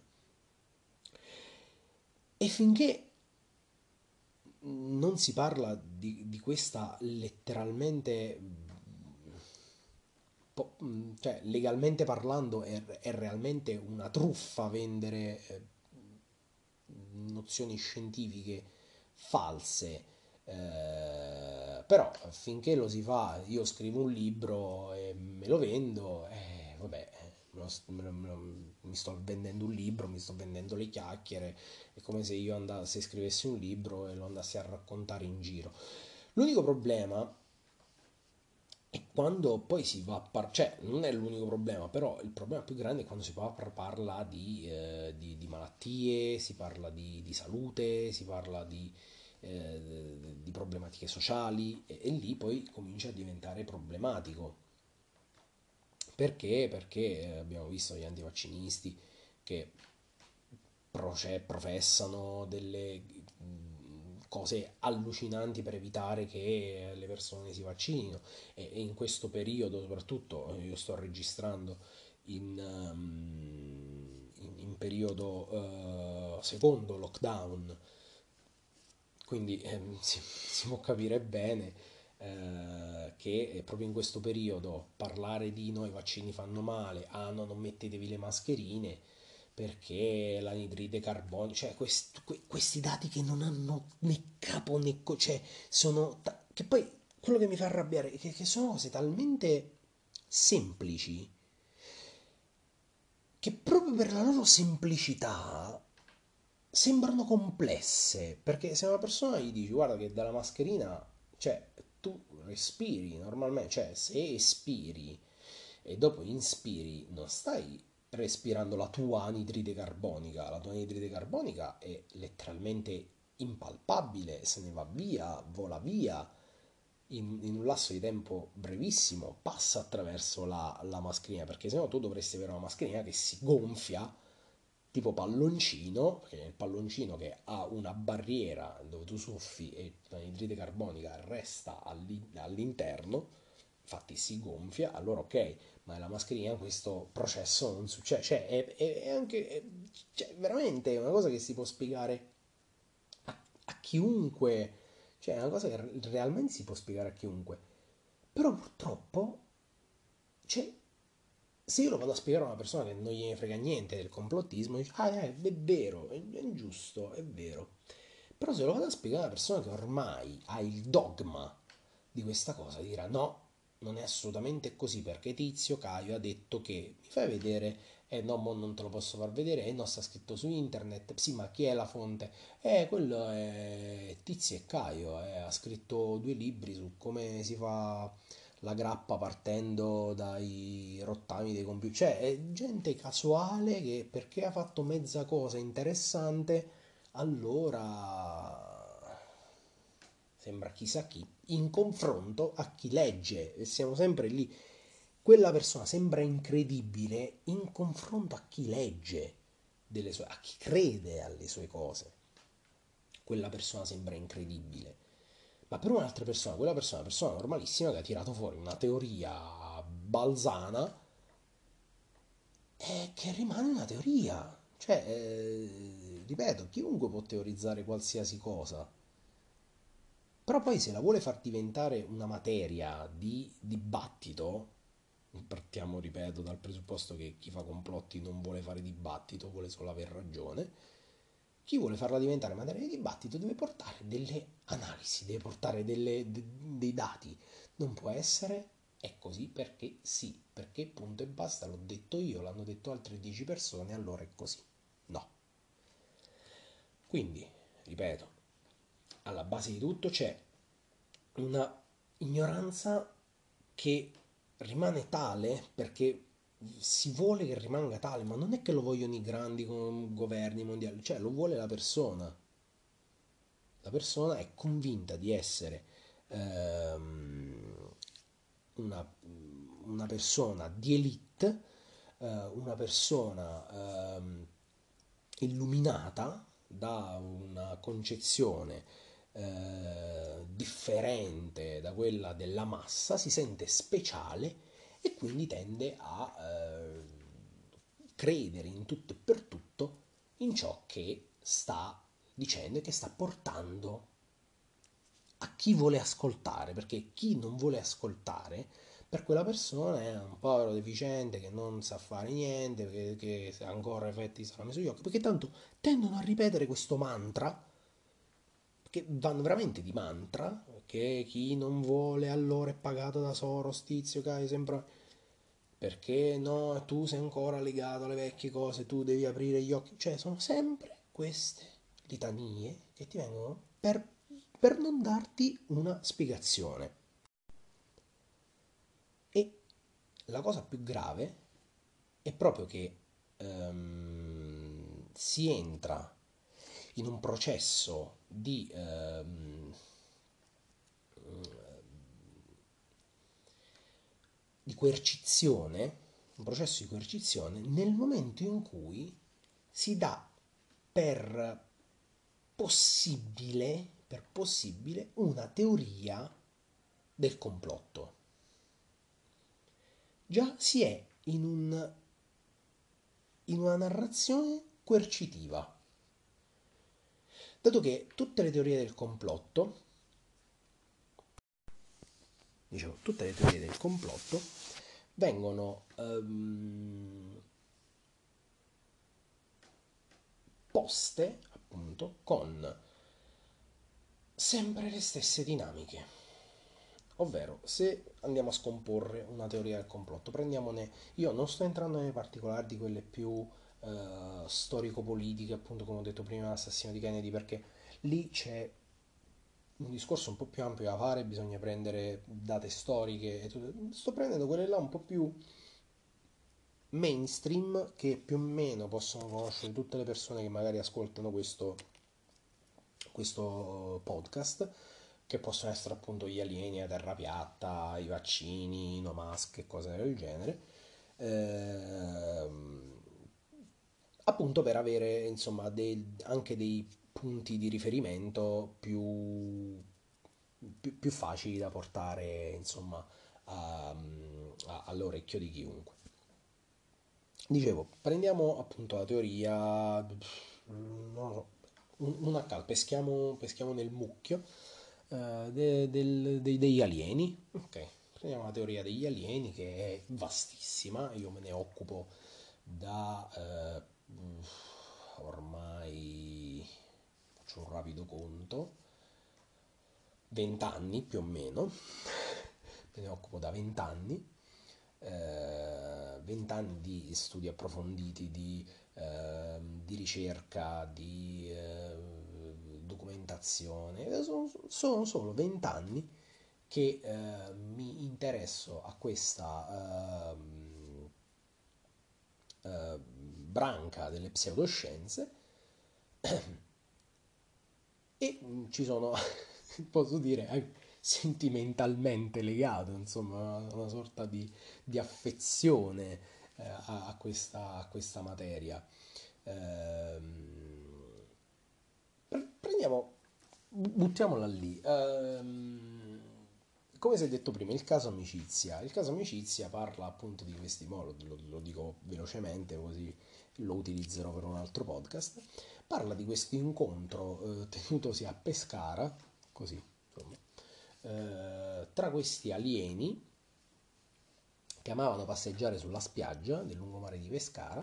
E finché non si parla di, di questa letteralmente, po- cioè legalmente parlando, è, è realmente una truffa vendere eh, nozioni scientifiche false. Eh, però finché lo si fa, io scrivo un libro e me lo vendo, eh, vabbè, me lo- me lo- me lo- mi sto vendendo un libro, mi sto vendendo le chiacchiere, è come se io andassi, se scrivessi un libro e lo andassi a raccontare in giro. L'unico problema è quando poi si va a parlare, cioè non è l'unico problema, però il problema più grande è quando si par- parla di, eh, di- di malattie, si parla di, di salute, si parla di, eh, di problematiche sociali e, e lì poi comincia a diventare problematico. Perché? Perché eh, abbiamo visto gli antivaccinisti che proce- professano delle mh, cose allucinanti per evitare che le persone si vaccinino e, e in questo periodo soprattutto io sto registrando in, um, in- in periodo uh, secondo lockdown, quindi ehm, si, si può capire bene eh, che proprio in questo periodo parlare di no, i vaccini fanno male, ah no, non mettetevi le mascherine perché l'anidride carbonica, cioè quest- que- questi dati che non hanno né capo né co- cioè sono, ta- che poi quello che mi fa arrabbiare è che, che sono cose talmente semplici che proprio per la loro semplicità sembrano complesse, perché se a una persona gli dici guarda che dalla mascherina, cioè tu respiri normalmente, cioè se espiri e dopo inspiri non stai respirando la tua anidride carbonica, la tua anidride carbonica è letteralmente impalpabile, se ne va via, vola via in, in un lasso di tempo brevissimo, passa attraverso la, la mascherina, perché sennò tu dovresti avere una mascherina che si gonfia tipo palloncino, perché è il palloncino che ha una barriera dove tu soffi e l'anidride carbonica resta all'interno, infatti si gonfia, allora ok, ma nella mascherina questo processo non succede, cioè è, è- è anche, è, cioè, veramente è una cosa che si può spiegare a, a chiunque, cioè è una cosa che realmente si può spiegare a chiunque, però purtroppo, cioè, se io lo vado a spiegare a una persona che non gliene frega niente del complottismo, dice, ah, eh, è vero, è, è giusto, è vero. Però se lo vado a spiegare a una persona che ormai ha il dogma di questa cosa, dirà no, non è assolutamente così perché Tizio Caio ha detto che mi fai vedere, eh no, mo non te lo posso far vedere, eh no, sta scritto su internet, sì, ma chi è la fonte? Eh, quello è Tizio e Caio, eh, ha scritto due libri su come si fa la grappa partendo dai rottami dei computer, cioè è gente casuale che perché ha fatto mezza cosa interessante, allora sembra chissà chi, in confronto a chi legge, e siamo sempre lì, quella persona sembra incredibile in confronto a chi legge delle sue, a chi crede alle sue cose. Quella persona sembra incredibile. Ma per un'altra persona, quella persona è una persona normalissima che ha tirato fuori una teoria balzana e che rimane una teoria. Cioè, eh, ripeto, chiunque può teorizzare qualsiasi cosa. Però poi se la vuole far diventare una materia di dibattito, partiamo, ripeto, dal presupposto che chi fa complotti non vuole fare dibattito, vuole solo aver ragione. Chi vuole farla diventare materia di dibattito deve portare delle analisi, deve portare delle- de- dei dati. Non può essere è così perché sì, perché punto e basta, l'ho detto io, l'hanno detto altre dieci persone, allora è così. No. Quindi, ripeto, alla base di tutto c'è una ignoranza che rimane tale perché si vuole che rimanga tale, ma non è che lo vogliono i grandi governi mondiali, cioè lo vuole la persona. La persona è convinta di essere ehm, una, una persona di elite, eh, una persona ehm, illuminata da una concezione eh, differente da quella della massa, si sente speciale e quindi tende a eh, credere in tutto e per tutto in ciò che sta dicendo e che sta portando a chi vuole ascoltare, perché chi non vuole ascoltare per quella persona è un povero deficiente che non sa fare niente, che, che se ancora effetti salame sugli occhi, perché tanto tendono a ripetere questo mantra, che vanno veramente di mantra, che chi non vuole allora è pagato da Soros, tizio, che hai sempre... Perché no, tu sei ancora legato alle vecchie cose, tu devi aprire gli occhi. Cioè, sono sempre queste litanie che ti vengono per, per non darti una spiegazione. E la cosa più grave è proprio che ehm, si entra in un processo di, ehm, di coercizione, un processo di coercizione nel momento in cui si dà per possibile, per possibile una teoria del complotto. Già si è in, un, in una narrazione coercitiva, dato che tutte le teorie del complotto, dicevo, tutte le teorie del complotto vengono ehm, poste appunto con sempre le stesse dinamiche. Ovvero, se andiamo a scomporre una teoria del complotto, prendiamone, io non sto entrando nei particolari di quelle più eh, storico-politiche, appunto come ho detto prima, l'assassino di Kennedy, perché lì c'è un discorso un po' più ampio da fare, bisogna prendere date storiche e tutto. Sto prendendo quelle là un po' più mainstream che più o meno possono conoscere tutte le persone che magari ascoltano questo, questo podcast, che possono essere appunto gli alieni, la terra piatta, i vaccini, no mask e cose del genere. Ehm, appunto per avere insomma dei- anche dei punti di riferimento più, più, più facili da portare insomma a- a- all'orecchio di chiunque. Dicevo, prendiamo appunto la teoria, non lo so, un- una a caso, peschiamo, peschiamo nel mucchio eh, de- del- dei- degli alieni. Ok, prendiamo la teoria degli alieni che è vastissima, io me ne occupo da eh, ormai, faccio un rapido conto, venti anni più o meno, me ne occupo da venti anni, eh, venti anni di studi approfonditi, di, eh, di ricerca, di eh, documentazione, sono, sono solo venti anni che eh, mi interesso a questa ehm, eh, branca delle pseudoscienze e mm, ci sono, posso dire, eh, sentimentalmente legato, insomma, una, una sorta di, di affezione eh, a, a questa, a questa materia. Ehm, pre- prendiamo, bu- buttiamola lì. Ehm, come si è detto prima, il caso amicizia. Il caso amicizia parla appunto di questi, mo lo, lo- lo dico velocemente così lo utilizzerò per un altro podcast. Parla di questo incontro eh, tenutosi a Pescara, così insomma, eh, tra questi alieni che amavano passeggiare sulla spiaggia del lungomare di Pescara,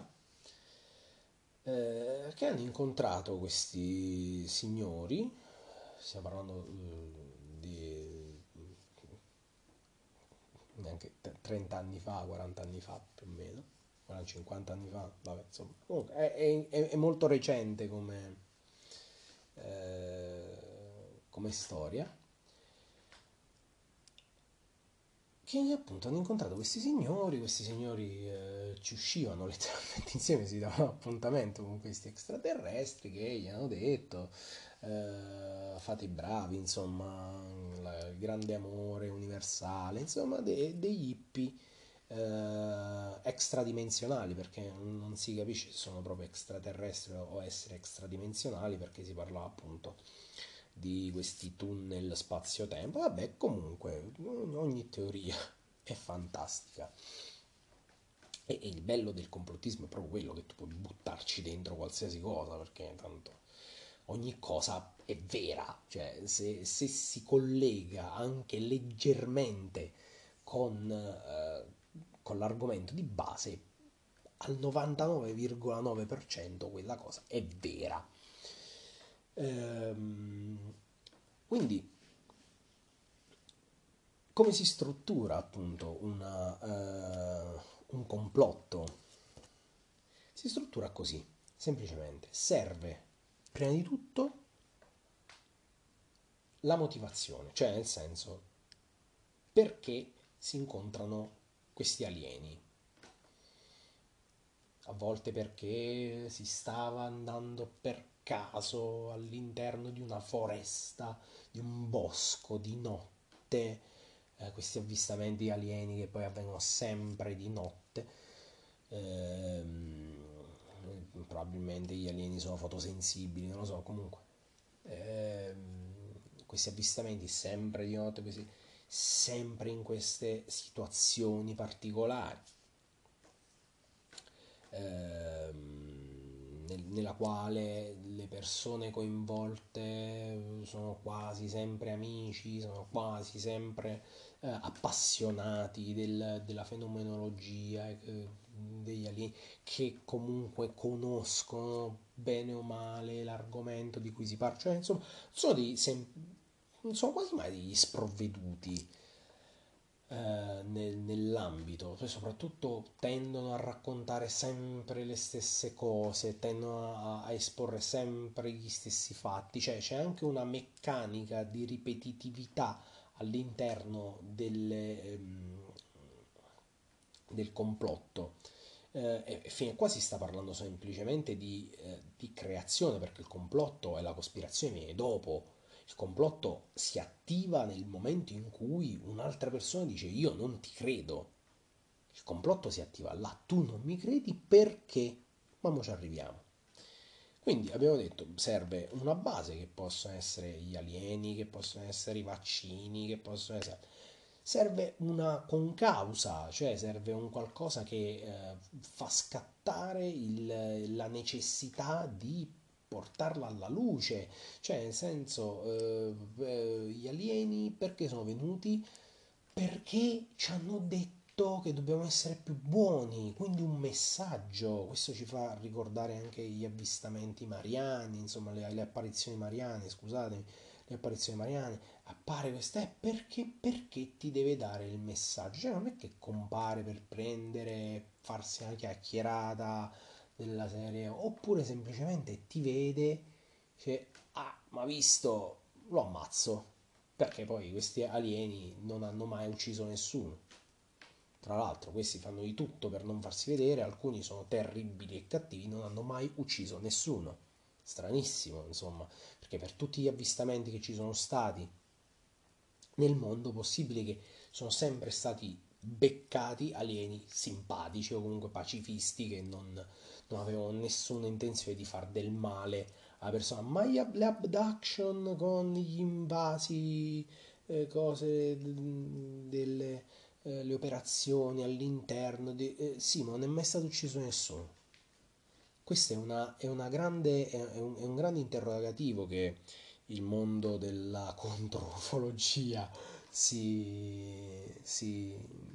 eh, che hanno incontrato questi signori, stiamo parlando eh, di neanche trenta anni fa, quaranta anni fa più o meno, cinquanta anni fa, vabbè, insomma, comunque è, è- è- è molto recente come, eh, come storia, che appunto hanno incontrato questi signori, questi signori eh, ci uscivano letteralmente insieme, si davano appuntamento con questi extraterrestri che gli hanno detto eh, fate i bravi, insomma, la- il grande amore universale, insomma, de- degli hippie eh, extradimensionali, perché non si capisce se sono proprio extraterrestri o essere extradimensionali, perché si parla appunto di questi tunnel spazio-tempo. Vabbè, comunque, ogni teoria è fantastica. E, e il bello del complottismo è proprio quello che tu puoi buttarci dentro qualsiasi cosa, perché tanto ogni cosa è vera, cioè se, se si collega anche leggermente con, eh, con l'argomento di base, al novantanove virgola nove per cento quella cosa è vera. Ehm, quindi, come si struttura appunto una, eh, un complotto? Si struttura così, semplicemente. Serve prima di tutto la motivazione, cioè nel senso perché si incontrano questi alieni. A volte perché si stava andando per caso all'interno di una foresta, di un bosco di notte, eh, questi avvistamenti alieni che poi avvengono sempre di notte. Ehm, probabilmente gli alieni sono fotosensibili, non lo so, comunque. Ehm, questi avvistamenti sempre di notte, questi- sempre in queste situazioni particolari, ehm, nel- nella quale le persone coinvolte sono quasi sempre amici, sono quasi sempre eh, appassionati del- della fenomenologia, eh, degli alieni, che comunque conoscono bene o male l'argomento di cui si parla, cioè insomma sono, dei sem- non sono quasi mai degli sprovveduti eh, nel- nell'ambito, poi soprattutto tendono a raccontare sempre le stesse cose, tendono a, a esporre sempre gli stessi fatti, cioè c'è anche una meccanica di ripetitività all'interno delle, ehm, del complotto. Eh, e e fino a qua si sta parlando semplicemente di, eh, di creazione, perché il complotto e la cospirazione viene dopo. Il complotto si attiva nel momento in cui un'altra persona dice io non ti credo. Il complotto si attiva là, tu non mi credi perché? Ma mo ci arriviamo. Quindi abbiamo detto serve una base che possono essere gli alieni, che possono essere i vaccini, che possono essere... Serve una concausa, cioè serve un qualcosa che eh, fa scattare il- la necessità di portarla alla luce, cioè nel senso eh, eh, gli alieni perché sono venuti? Perché ci hanno detto che dobbiamo essere più buoni, quindi un messaggio. Questo ci fa ricordare anche gli avvistamenti mariani, insomma le, le apparizioni mariane, scusatemi, le apparizioni mariane. Appare questa, eh, perché, perché ti deve dare il messaggio? Cioè non è che compare per prendere, farsi una chiacchierata della serie, oppure semplicemente ti vede, dice, ah, ma visto, lo ammazzo, perché poi questi alieni non hanno mai ucciso nessuno. Tra l'altro questi fanno di tutto per non farsi vedere, alcuni sono terribili e cattivi, non hanno mai ucciso nessuno. Stranissimo, insomma, perché per tutti gli avvistamenti che ci sono stati nel mondo, possibile che sono sempre stati beccati alieni simpatici o comunque pacifisti che non, non avevano nessuna intenzione di far del male alla persona. Ma gli ab- le abduction con gli invasi, eh, cose, d- delle eh, le operazioni all'interno di... eh, sì, ma non è mai stato ucciso nessuno. Questo è, una, è, una grande, è, un, è un grande interrogativo che il mondo della controfologia si, si,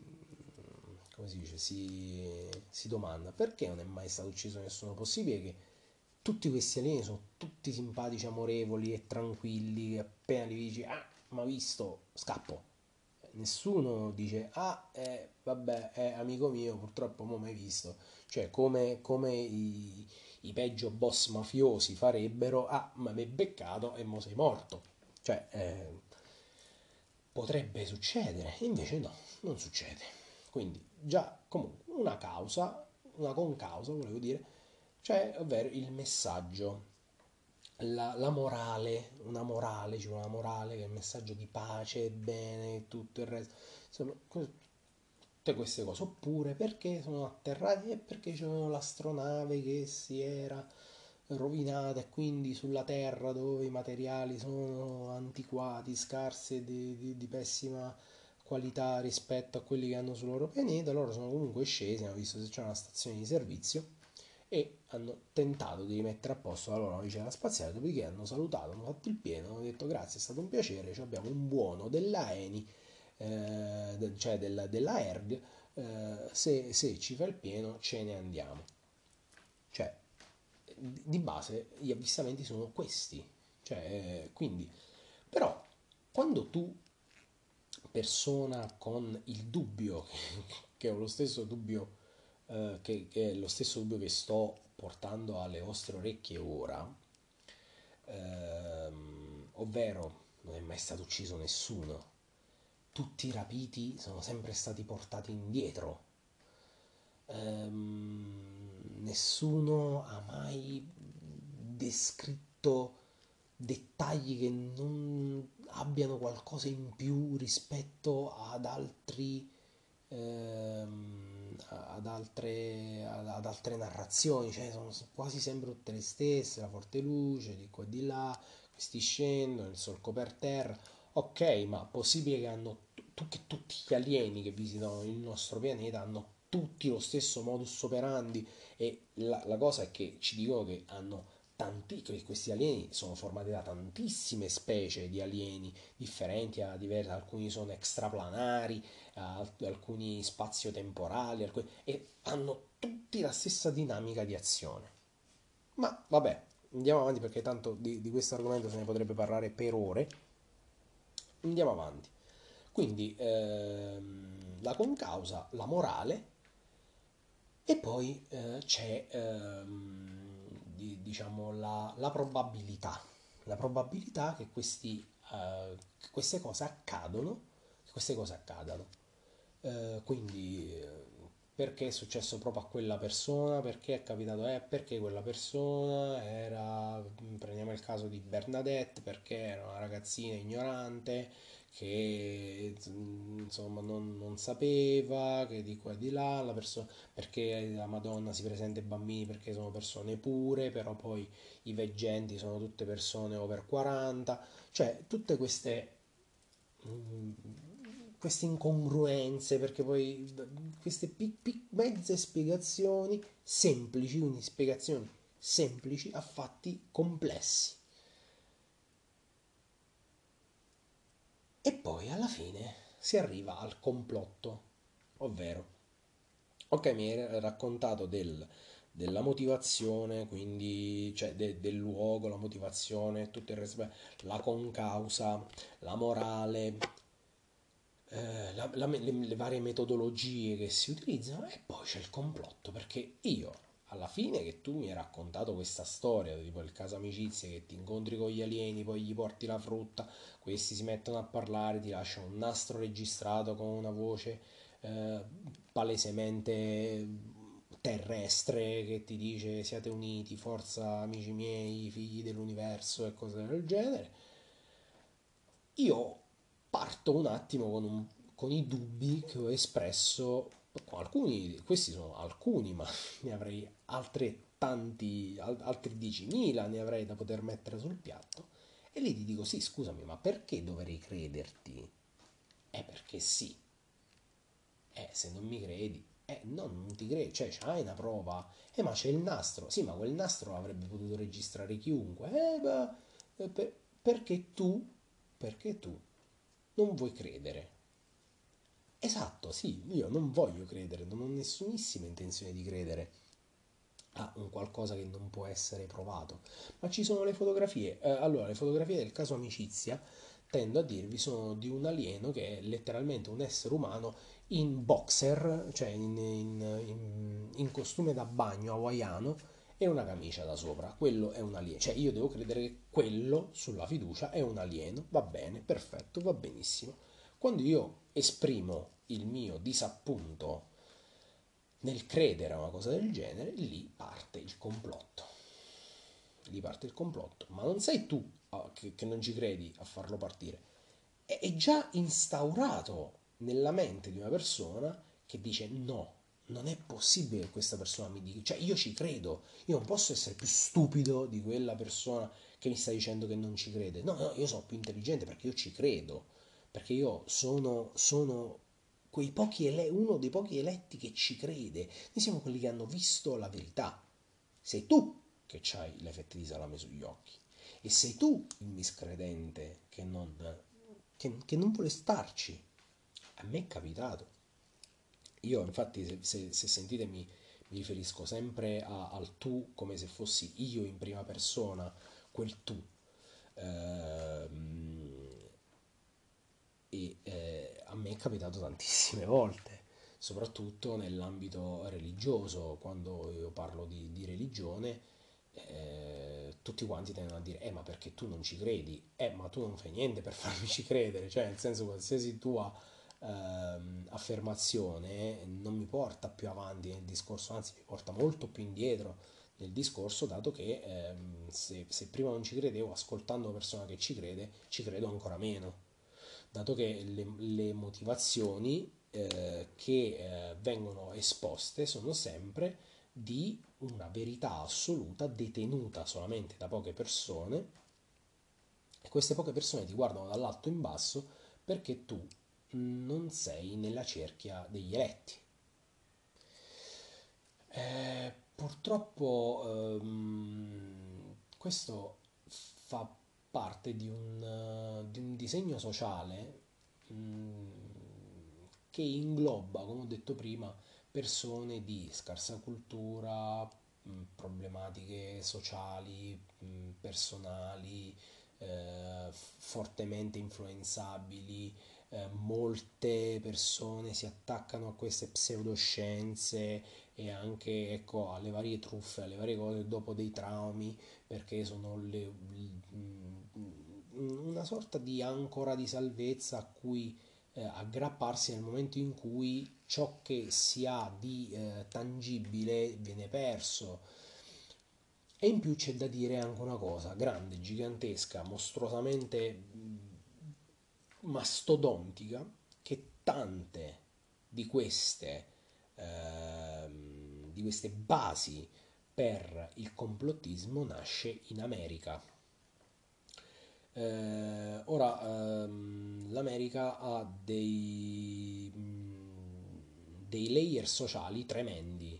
come si dice, si, si domanda perché non è mai stato ucciso nessuno. Possibile che tutti questi alieni sono tutti simpatici, amorevoli e tranquilli, che appena li dici, ah, ma visto, scappo. nessuno dice, ah, eh, vabbè, è amico mio, purtroppo non l'ho mai visto. Cioè, come, come i, i peggio boss mafiosi farebbero, ah, ma mi hai beccato e mo sei morto. Cioè, eh, potrebbe succedere, invece no, non succede. Quindi, già, comunque, una causa, una concausa, volevo dire, cioè, ovvero il messaggio, la, la morale, una morale, c'è una morale che è il messaggio di pace, bene, e tutto il resto, insomma, que- tutte queste cose. Oppure perché sono atterrati e perché c'era l'astronave che si era rovinata e quindi sulla Terra dove i materiali sono antiquati, scarsi e di, di- di pessima qualità rispetto a quelli che hanno sul loro pianeta, loro sono comunque scesi, hanno visto se c'è una stazione di servizio e hanno tentato di rimettere a posto la loro navicella spaziale, dopodiché hanno salutato, hanno fatto il pieno, hanno detto grazie, è stato un piacere, cioè abbiamo un buono della Eni, eh, de- cioè della, della Erg, eh, se, se ci fa il pieno ce ne andiamo. Cioè, di base gli avvistamenti sono questi. Cioè, eh, quindi, però, quando tu, persona con il dubbio, che è lo stesso dubbio, eh, che, che è lo stesso dubbio che sto portando alle vostre orecchie ora, ehm, ovvero non è mai stato ucciso nessuno, tutti i rapiti sono sempre stati portati indietro. Ehm, nessuno ha mai descritto dettagli che non abbiano qualcosa in più rispetto ad altri ehm, ad altre, ad, ad altre narrazioni, cioè sono quasi sempre tutte le stesse, la forte luce di qua e di là, questi scendono, il solco per terra. Ok, ma possibile che hanno tu, che tutti gli alieni che visitano il nostro pianeta hanno tutti lo stesso modus operandi e la, la cosa è che ci dicono che hanno tanti, che questi alieni sono formati da tantissime specie di alieni differenti, a diversi, alcuni sono extraplanari, a- alcuni spazio-temporali, alcuni- e hanno tutti la stessa dinamica di azione. Ma vabbè, andiamo avanti perché tanto di, di questo argomento se ne potrebbe parlare per ore. Andiamo avanti. Quindi ehm, la concausa, la morale e poi eh, c'è ehm, di- diciamo la, la probabilità, la probabilità che, questi, eh, che queste cose accadano, che queste cose accadano. Eh, quindi eh, perché è successo proprio a quella persona, perché è capitato, eh, perché quella persona era, prendiamo il caso di Bernadette, perché era una ragazzina ignorante che insomma non, non sapeva, che di qua e di là, la persona, perché la Madonna si presenta ai bambini perché sono persone pure, però poi i veggenti sono tutte persone over quaranta, cioè tutte queste mm, queste incongruenze, perché poi queste pic- pic- mezze spiegazioni semplici, quindi spiegazioni semplici a fatti complessi. E poi alla fine si arriva al complotto, ovvero, ok, mi hai raccontato del- della motivazione, quindi cioè de- del luogo, la motivazione, tutto il resto, la concausa, la morale, eh, la- la- le, le varie metodologie che si utilizzano e poi c'è il complotto, perché io alla fine che tu mi hai raccontato questa storia, tipo il caso amicizie, che ti incontri con gli alieni, poi gli porti la frutta, questi si mettono a parlare, ti lasciano un nastro registrato con una voce eh, palesemente terrestre che ti dice siate uniti, forza amici miei, figli dell'universo e cose del genere. Io parto un attimo con, un- con i dubbi che ho espresso, con alcuni, questi sono alcuni, ma ne avrei altrettanti, al- altri diecimila ne avrei da poter mettere sul piatto. E lì ti dico, sì, scusami, ma perché dovrei crederti? È perché sì. Eh, se non mi credi, eh, no, non ti credo, cioè c'hai una prova, eh, ma c'è il nastro, sì, ma quel nastro avrebbe potuto registrare chiunque, eh, ma eh, per- perché tu, perché tu non vuoi credere. Esatto, sì, io non voglio credere, non ho nessunissima intenzione di credere a un qualcosa che non può essere provato. Ma ci sono le fotografie. Eh, allora, le fotografie del caso amicizia tendo a dirvi sono di un alieno che è letteralmente un essere umano in boxer, cioè in, in- in- in costume da bagno hawaiano e una camicia da sopra. Quello è un alieno. Cioè io devo credere che quello, sulla fiducia, è un alieno. Va bene, perfetto, va benissimo. Quando io esprimo il mio disappunto nel credere a una cosa del genere, lì parte il complotto. Lì parte il complotto. Ma non sei tu ah, che, che non ci credi a farlo partire. È, è già instaurato nella mente di una persona che dice no, non è possibile che questa persona mi dica, cioè io ci credo, io non posso essere più stupido di quella persona che mi sta dicendo che non ci crede. No, no, io sono più intelligente perché io ci credo, perché io sono, sono quei pochi ele- uno dei pochi eletti che ci crede. Noi siamo quelli che hanno visto la verità. Sei tu che hai le fette di salame sugli occhi. E sei tu il miscredente che non, che, che non vuole starci. A me è capitato. Io infatti se, se- se sentite mi, mi riferisco sempre a- al tu come se fossi io in prima persona, quel tu. Ehm, e eh, a me è capitato tantissime volte, soprattutto nell'ambito religioso, quando io parlo di, di religione, eh, tutti quanti tendono a dire, eh ma perché tu non ci credi? Eh ma tu non fai niente per farmici credere, cioè nel senso qualsiasi tua ehm, affermazione non mi porta più avanti nel discorso, anzi mi porta molto più indietro nel discorso, dato che ehm, se, se prima non ci credevo, ascoltando una persona che ci crede, ci credo ancora meno, dato che le, le motivazioni eh, che eh, vengono esposte sono sempre di una verità assoluta detenuta solamente da poche persone e queste poche persone ti guardano dall'alto in basso perché tu non sei nella cerchia degli eletti. Eh, purtroppo ehm, questo fa parte di un, eh, di un disegno sociale mm, che ingloba, come ho detto prima, persone di scarsa cultura, mh, problematiche sociali, mh, personali, eh, fortemente influenzabili. Eh, molte persone si attaccano a queste pseudoscienze e anche ecco, alle varie truffe, alle varie cose dopo dei traumi, perché sono le- una sorta di ancora di salvezza a cui eh, aggrapparsi nel momento in cui ciò che si ha di eh, tangibile viene perso. E in più c'è da dire anche una cosa grande, gigantesca, mostruosamente mh, mastodontica, che tante di queste, ehm, di queste basi per il complottismo nasce in America. Eh, ora, ehm, l'America ha dei, mh, dei layer sociali tremendi,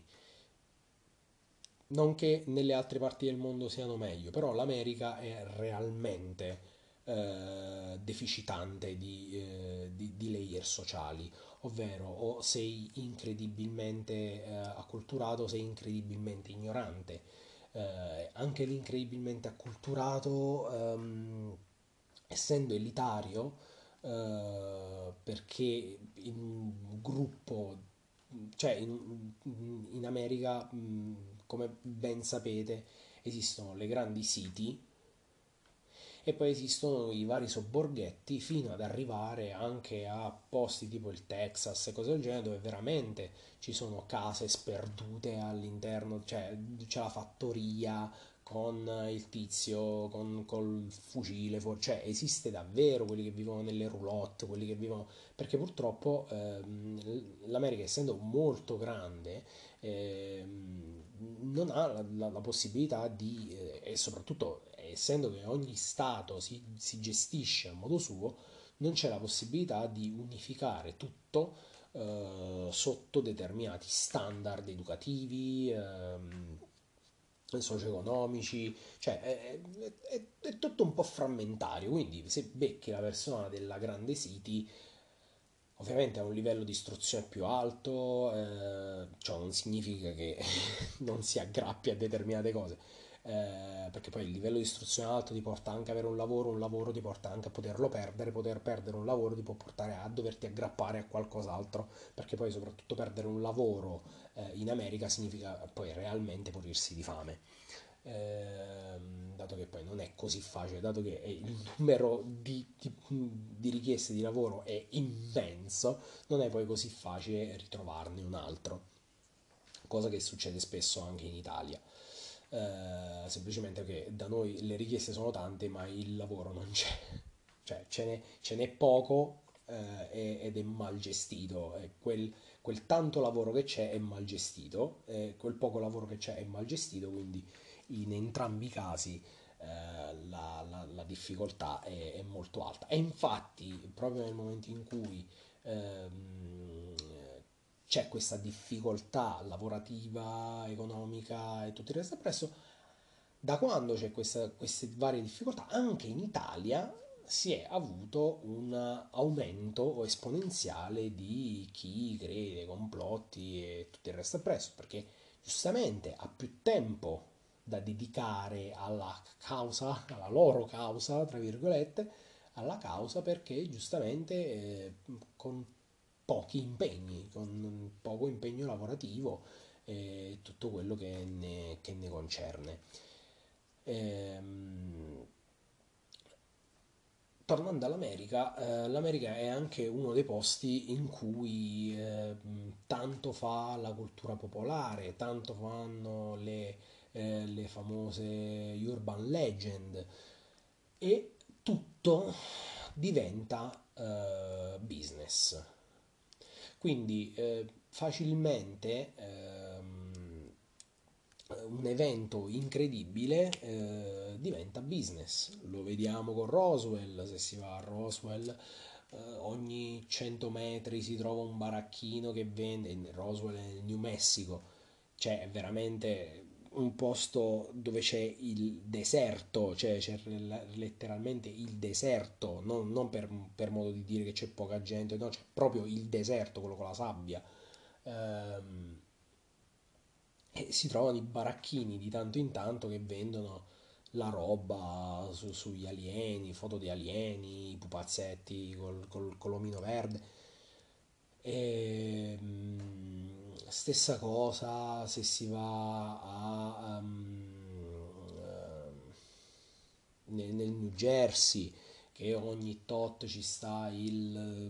non che nelle altre parti del mondo siano meglio, però l'America è realmente eh, deficitante di, eh, di- di layer sociali, ovvero o sei incredibilmente eh, acculturato o sei incredibilmente ignorante. Eh, anche l'incredibilmente acculturato, ehm, essendo elitario, eh, perché in un gruppo, cioè in, in America, mh, come ben sapete, esistono le grandi city e poi esistono i vari sobborghetti fino ad arrivare anche a posti tipo il Texas e cose del genere dove veramente ci sono case sperdute all'interno, cioè c'è la fattoria con il tizio con, col fucile, for- cioè esiste davvero quelli che vivono nelle roulotte, quelli che vivono, perché purtroppo ehm, l'America essendo molto grande ehm, non ha la, la- la possibilità di, eh, e soprattutto essendo che ogni Stato si, si gestisce a modo suo, non c'è la possibilità di unificare tutto eh, sotto determinati standard educativi, ehm, socio-economici, cioè è, è- è tutto un po' frammentario, quindi se becchi la persona della grande city ovviamente ha un livello di istruzione più alto, eh, ciò non significa che non si aggrappi a determinate cose, eh, perché poi il livello di istruzione alto ti porta anche ad avere un lavoro, un lavoro ti porta anche a poterlo perdere, poter perdere un lavoro ti può portare a doverti aggrappare a qualcos'altro, perché poi soprattutto perdere un lavoro eh, in America significa poi realmente morirsi di fame. Ehm, dato che poi non è così facile, dato che è- il numero di, di- di richieste di lavoro è immenso, non è poi così facile ritrovarne un altro, cosa che succede spesso anche in Italia. Eh, semplicemente che da noi le richieste sono tante, ma il lavoro non c'è, cioè ce n'è, ce n'è poco eh, e- ed è mal gestito. E quel, quel tanto lavoro che c'è è mal gestito, e quel poco lavoro che c'è è mal gestito, quindi in entrambi i casi eh, la, la- la difficoltà è, è molto alta. E infatti, proprio nel momento in cui ehm, c'è questa difficoltà lavorativa, economica e tutto il resto appresso, da quando c'è questa- queste varie difficoltà, anche in Italia si è avuto un aumento esponenziale di chi crede ai complotti e tutto il resto appresso, perché giustamente ha più tempo da dedicare alla causa, alla loro causa, tra virgolette, alla causa perché giustamente eh, con pochi impegni, con poco impegno lavorativo e tutto quello che ne, che ne concerne. Ehm, Tornando all'America, eh, l'America è anche uno dei posti in cui eh, tanto fa la cultura popolare, tanto fanno le, eh, le famose urban legend e tutto diventa eh, business. Quindi eh, facilmente ehm, un evento incredibile eh, diventa business. Lo vediamo con Roswell, se si va a Roswell eh, ogni cento metri si trova un baracchino che vende, in Roswell nel New Mexico, cioè è veramente un posto dove c'è il deserto, cioè c'è letteralmente il deserto, non, non per, per modo di dire che c'è poca gente, no, c'è proprio il deserto, quello con la sabbia. Ehm, e si trovano i baracchini di tanto in tanto che vendono la roba su- sugli alieni, foto di alieni, i pupazzetti col, col colomino verde. E, mm, stessa cosa se si va a, um, ehm, nel, nel New Jersey, che ogni tot ci sta il,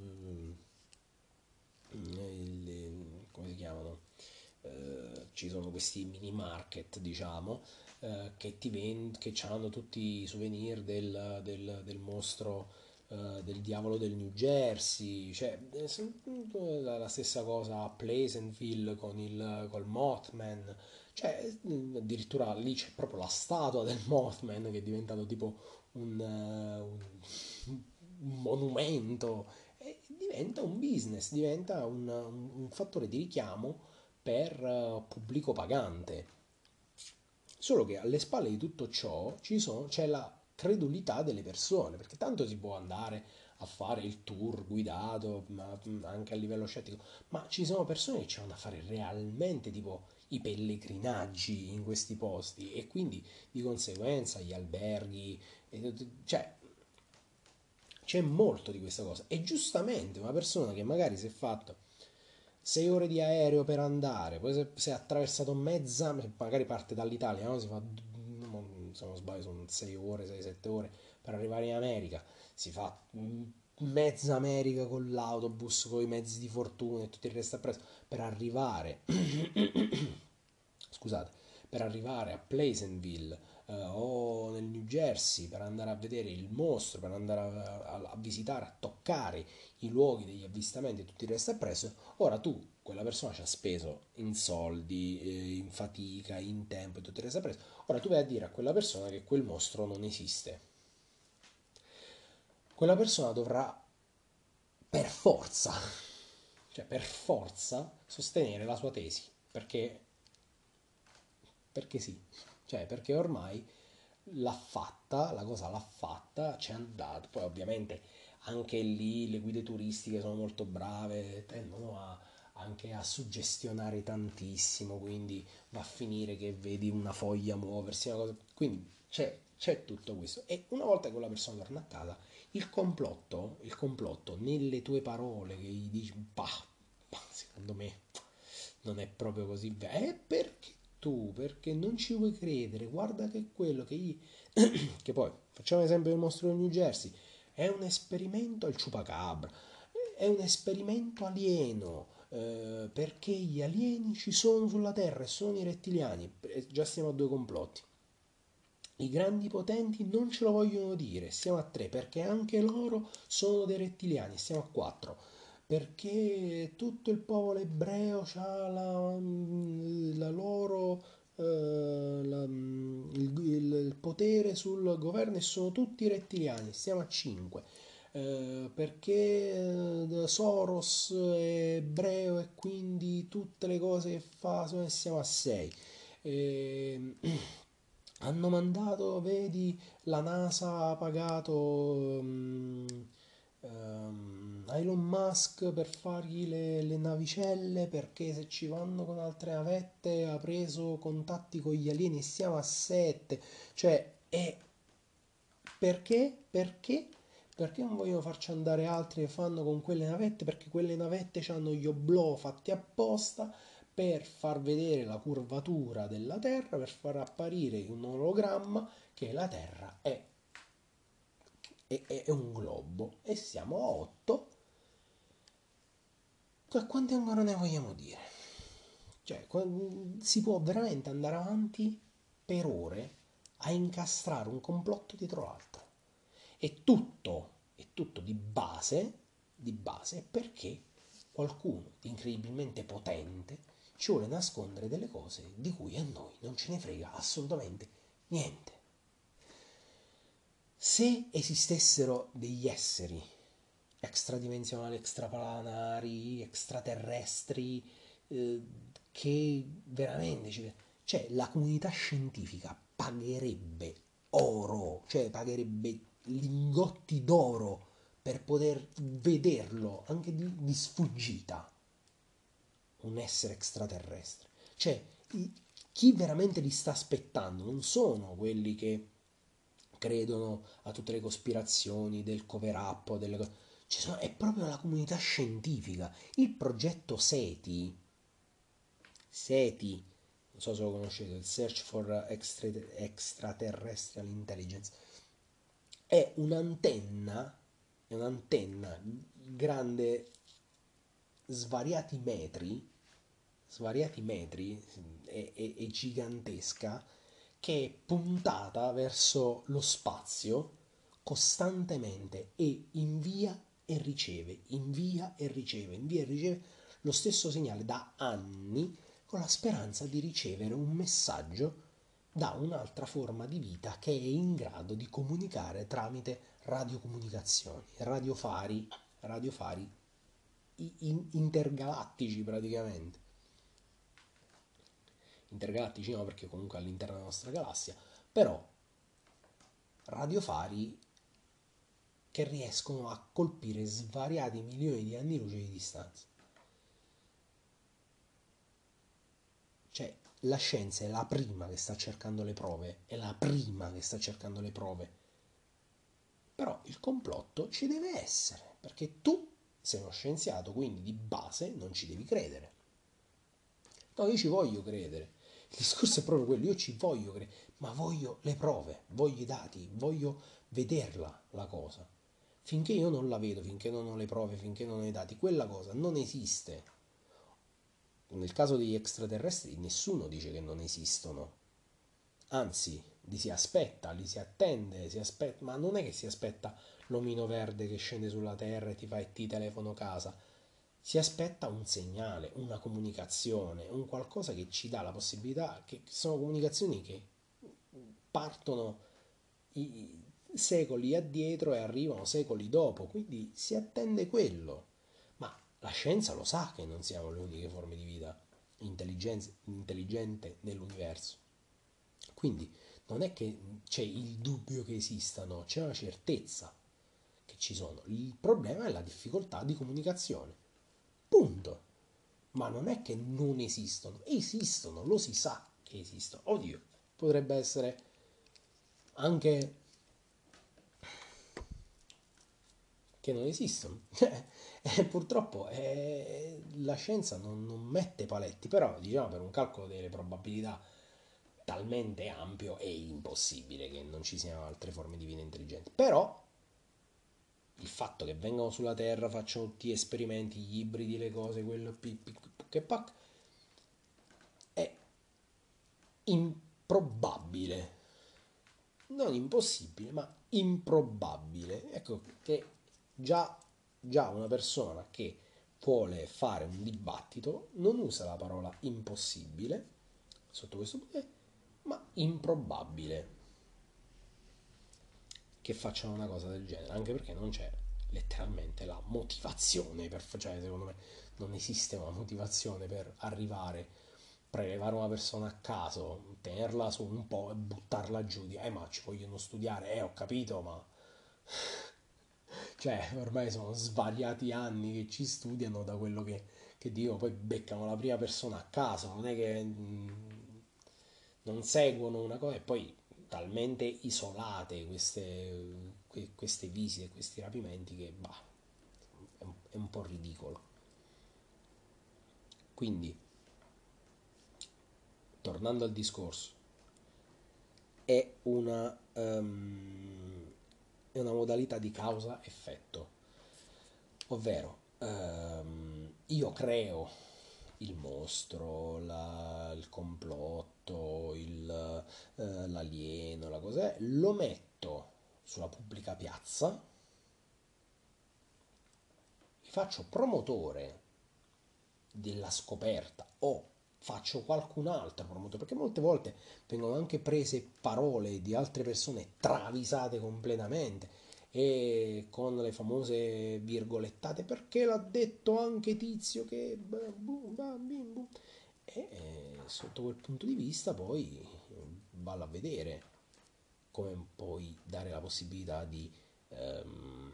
il- il- come si chiamano? Eh, ci sono questi mini market, diciamo, eh, che ti vend- che hanno tutti i souvenir del, del- del mostro eh, del diavolo del New Jersey, cioè eh, s- la, la stessa cosa a Pleasantville con il col Mothman, cioè eh, addirittura lì c'è proprio la statua del Mothman che è diventato tipo un, eh, un- un monumento e diventa un business, diventa un, un- un fattore di richiamo per eh, pubblico pagante. Solo che alle spalle di tutto ciò ci sono- c'è la credulità delle persone, perché tanto si può andare a fare il tour guidato, ma mm, anche a livello scettico, ma ci sono persone che ci vanno a fare realmente tipo i pellegrinaggi in questi posti e quindi di conseguenza gli alberghi, e- cioè c'è molto di questa cosa. E giustamente una persona che magari si è fatta sei ore di aereo per andare, poi se, se ha attraversato mezza, magari parte dall'Italia, no? Si fa, non- se non sbaglio, sono sei ore, sei sette ore per arrivare in America, si fa mm, mezza America con l'autobus, con i mezzi di fortuna e tutto il resto appresso, per arrivare, scusate, per arrivare a Pleasantville eh, o nel New Jersey per andare a vedere il mostro, per andare a, a- a visitare, a toccare i luoghi degli avvistamenti e tutto il resto appresso, ora tu, quella persona ci ha speso in soldi, eh, in fatica, in tempo e tutto il resto appresso, ora tu vai a dire a quella persona che quel mostro non esiste. Quella persona dovrà per forza, cioè per forza, sostenere la sua tesi, perché, perché sì, cioè perché ormai l'ha fatta, la cosa l'ha fatta, c'è andato, poi ovviamente anche lì le guide turistiche sono molto brave, tendono a, anche a suggestionare tantissimo, quindi va a finire che vedi una foglia muoversi, una cosa. Quindi c'è, c'è tutto questo. E una volta che quella persona torna a casa, il complotto, il complotto nelle tue parole che gli dici, bah, bah, secondo me non è proprio così vero. È perché tu, perché non ci vuoi credere, guarda che quello che gli... che poi, facciamo l'esempio del mostro del New Jersey, è un esperimento al ciupacabra, è un esperimento alieno, eh, perché gli alieni ci sono sulla Terra e sono i rettiliani. E già stiamo a due complotti. I grandi potenti non ce lo vogliono dire, siamo a tre, perché anche loro sono dei rettiliani, siamo a quattro. Perché tutto il popolo ebreo ha la, la loro eh, la- il, il- il potere sul governo e sono tutti rettiliani, siamo a cinque. Eh, perché eh, Soros è ebreo e quindi tutte le cose che fa sono- siamo a sei. E, hanno mandato, vedi, la NASA ha pagato mm, ehm, Elon Musk per fargli le, le navicelle perché se ci vanno con altre navette ha preso contatti con gli alieni e siamo a sette. Cioè, è perché? Perché? Perché non vogliono farci andare altri che fanno con quelle navette? Perché quelle navette hanno gli oblò fatti apposta per far vedere la curvatura della Terra, per far apparire in un ologramma che la Terra è, è- è un globo e siamo a otto. Quanti ancora ne vogliamo dire? Cioè, si può veramente andare avanti per ore a incastrare un complotto dietro l'altro. E tutto, è tutto di base, di base perché qualcuno di incredibilmente potente ci vuole nascondere delle cose di cui a noi non ce ne frega assolutamente niente. Se esistessero degli esseri extradimensionali, extraplanari, extraterrestri, eh, che veramente ci... cioè la comunità scientifica pagherebbe oro, cioè pagherebbe lingotti d'oro per poter vederlo anche di, di sfuggita un essere extraterrestre. Cioè, i- chi veramente li sta aspettando non sono quelli che credono a tutte le cospirazioni del cover up, delle co- ci sono- è proprio la comunità scientifica. Il progetto SETI, SETI, non so se lo conoscete, il Search for Extra- Extraterrestrial Intelligence, è un'antenna, è un'antenna grande svariati metri, svariati metri, è, è- è gigantesca, che è puntata verso lo spazio costantemente e invia e riceve, invia e riceve, invia e riceve lo stesso segnale da anni con la speranza di ricevere un messaggio da un'altra forma di vita che è in grado di comunicare tramite radiocomunicazioni, radiofari, radiofari i- intergalattici praticamente. Intergalattici no, perché comunque all'interno della nostra galassia, però radiofari che riescono a colpire svariati milioni di anni luce di distanza. Cioè, la scienza è la prima che sta cercando le prove, è la prima che sta cercando le prove. Però il complotto ci deve essere, perché tu sei uno scienziato, quindi di base non ci devi credere. No, io ci voglio credere. Il discorso è proprio quello, io ci voglio credere, ma voglio le prove, voglio i dati, voglio vederla la cosa. Finché io non la vedo, finché non ho le prove, finché non ho i dati, quella cosa non esiste. Nel caso degli extraterrestri nessuno dice che non esistono, anzi li si aspetta, li si attende, si aspetta, ma non è che si aspetta l'omino verde che scende sulla terra e ti fa e ti telefono casa, si aspetta un segnale, una comunicazione, un qualcosa che ci dà la possibilità, che sono comunicazioni che partono i secoli addietro e arrivano secoli dopo, quindi si attende quello. Ma la scienza lo sa che non siamo le uniche forme di vita intelligente nell'universo. Quindi non è che c'è il dubbio che esistano, c'è una certezza che ci sono. Il problema è la difficoltà di comunicazione. Punto. ma non è che non esistono, esistono, lo si sa che esistono. Oddio, potrebbe essere anche che non esistono. E purtroppo eh, la scienza non, non mette paletti, però diciamo per un calcolo delle probabilità talmente ampio è impossibile che non ci siano altre forme di vita intelligenti. Però il fatto che vengano sulla Terra, facciano tutti gli esperimenti, gli ibridi, le cose, quello, pi, pi, che pac, è improbabile. Non impossibile, ma improbabile. Ecco che già, già una persona che vuole fare un dibattito non usa la parola impossibile sotto questo punto, ma improbabile che facciano una cosa del genere, anche perché non c'è letteralmente la motivazione per, cioè secondo me non esiste una motivazione per arrivare, prelevare una persona a caso, tenerla su un po' e buttarla giù di eh ma ci vogliono studiare, eh ho capito, ma cioè ormai sono svariati anni che ci studiano da quello che, che dico, poi beccano la prima persona a caso, non è che mm, non seguono una cosa e poi talmente isolate queste, que- queste visite, questi rapimenti che bah, è un, è un po' ridicolo. Quindi, tornando al discorso, è una, ehm, è una modalità di causa-effetto, ovvero ehm, io creo il mostro, la- il complotto, il, eh, l'alieno, la cosa è, lo metto sulla pubblica piazza, mi faccio promotore della scoperta o faccio qualcun altro promotore, perché molte volte vengono anche prese parole di altre persone travisate completamente e con le famose virgolettate perché l'ha detto anche Tizio che e eh, sotto quel punto di vista poi valla a vedere come poi dare la possibilità di ehm,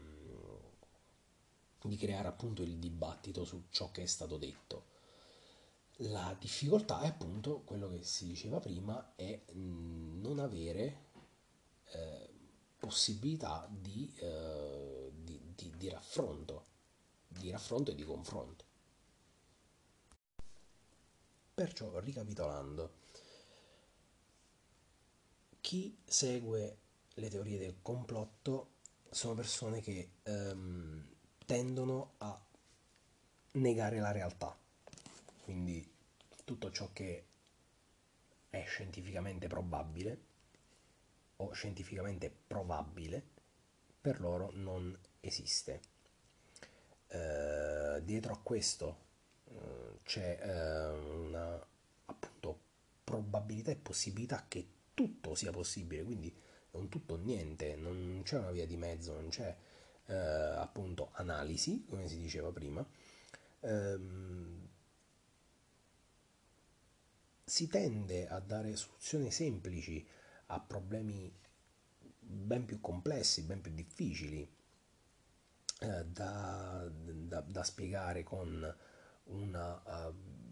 di creare appunto il dibattito su ciò che è stato detto. La difficoltà è appunto quello che si diceva prima, è mh, non avere eh, possibilità di, eh, di, di, di raffronto, di raffronto e di confronto. Perciò, ricapitolando, chi segue le teorie del complotto sono persone che ehm, tendono a negare la realtà, quindi tutto ciò che è scientificamente probabile o scientificamente provabile per loro non esiste. Eh, dietro a questo eh, c'è eh, una appunto probabilità e possibilità che tutto sia possibile, quindi è un tutto o niente, non c'è una via di mezzo, non c'è eh, appunto analisi, come si diceva prima. Ehm, si tende a dare soluzioni semplici a problemi ben più complessi, ben più difficili eh, da, da- da spiegare con una eh,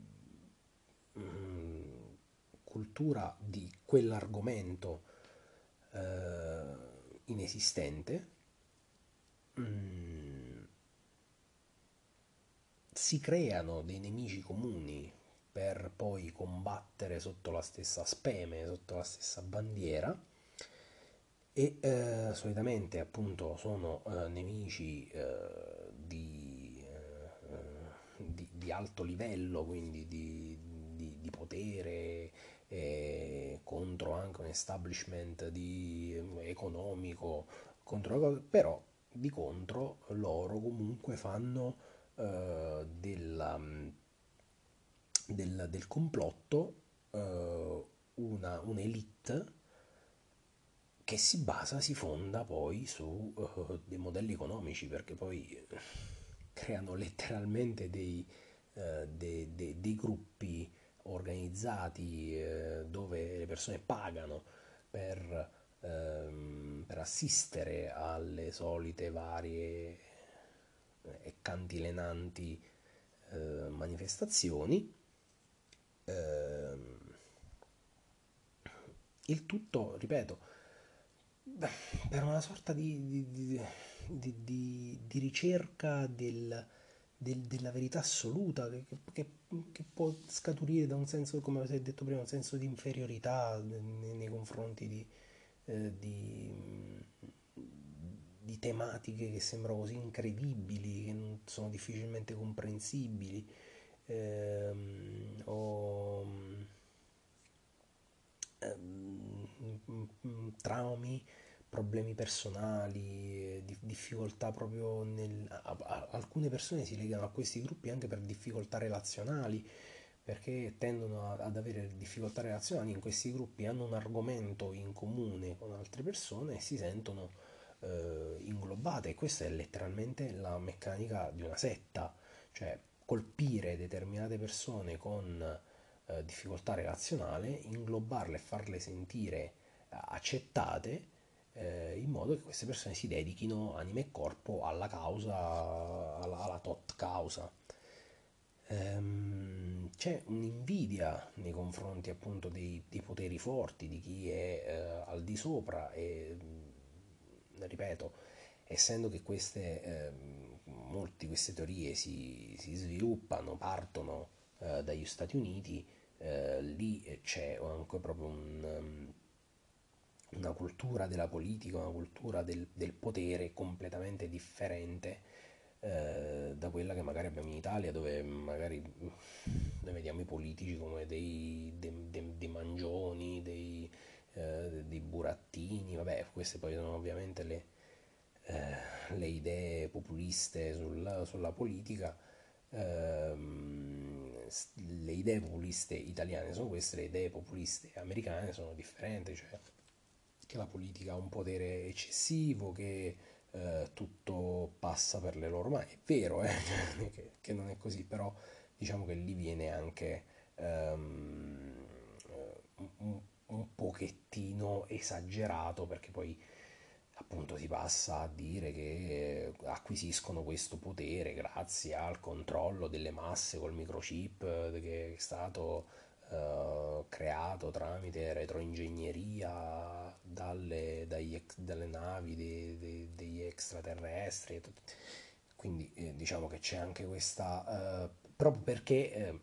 mm, cultura di quell'argomento eh, inesistente. Mm, si creano dei nemici comuni per poi combattere sotto la stessa speme, sotto la stessa bandiera e eh, solitamente appunto sono eh, nemici eh, di, eh, di- di alto livello, quindi di, di- di potere eh, contro anche un establishment di- economico, contro, però di contro loro comunque fanno eh, della, del, del complotto eh, una, un'elite che si basa, si fonda poi su eh, dei modelli economici, perché poi eh, creano letteralmente dei, eh, dei- dei- dei gruppi organizzati eh, dove le persone pagano per, ehm, per assistere alle solite varie eh, e cantilenanti eh, manifestazioni. Ehm, il tutto, ripeto, beh, per una sorta di, di- di- di- di- di ricerca del- del- della verità assoluta che, che- che- che può scaturire da un senso, come avete detto prima, un senso di inferiorità nei, nei confronti di, eh, di, di tematiche che sembrano così incredibili, che non sono difficilmente comprensibili, ehm, o ehm, traumi, problemi personali, eh, di- difficoltà proprio nel... a- a- alcune persone si legano a questi gruppi anche per difficoltà relazionali, perché tendono a- ad avere difficoltà relazionali in questi gruppi, hanno un argomento in comune con altre persone e si sentono eh, inglobate, e questa è letteralmente la meccanica di una setta, cioè colpire determinate persone con eh, difficoltà relazionale, inglobarle e farle sentire eh, accettate, eh, in modo che queste persone si dedichino anima e corpo alla causa, alla, alla tot causa. Ehm, c'è un'invidia nei confronti appunto dei, dei poteri forti, di chi è eh, al di sopra e, mh, ripeto, essendo che queste, ehm, molte di queste teorie si, si sviluppano, partono eh, dagli Stati Uniti, eh, lì c'è anche proprio un, um, una cultura della politica, una cultura del, del potere completamente differente eh, da quella che magari abbiamo in Italia, dove magari mm, noi vediamo i politici come dei, dei- dei- dei mangioni, dei, eh, dei burattini, vabbè, queste poi sono ovviamente le, eh, le idee populiste sul- sulla politica. Ehm, s- le idee populiste italiane sono queste, le idee populiste americane sono differenti, cioè che la politica ha un potere eccessivo, che eh, tutto passa per le loro mani. È vero, eh, che, che non è così, però diciamo che lì viene anche ehm, un, un- un pochettino esagerato, perché poi appunto si passa a dire che eh, acquisiscono questo potere grazie al controllo delle masse col microchip eh, che è stato eh, creato tramite retroingegneria dalle, dagli ex- dalle navi dei- dei- degli extraterrestri. E tutto. Quindi eh, diciamo che c'è anche questa, eh, proprio perché eh,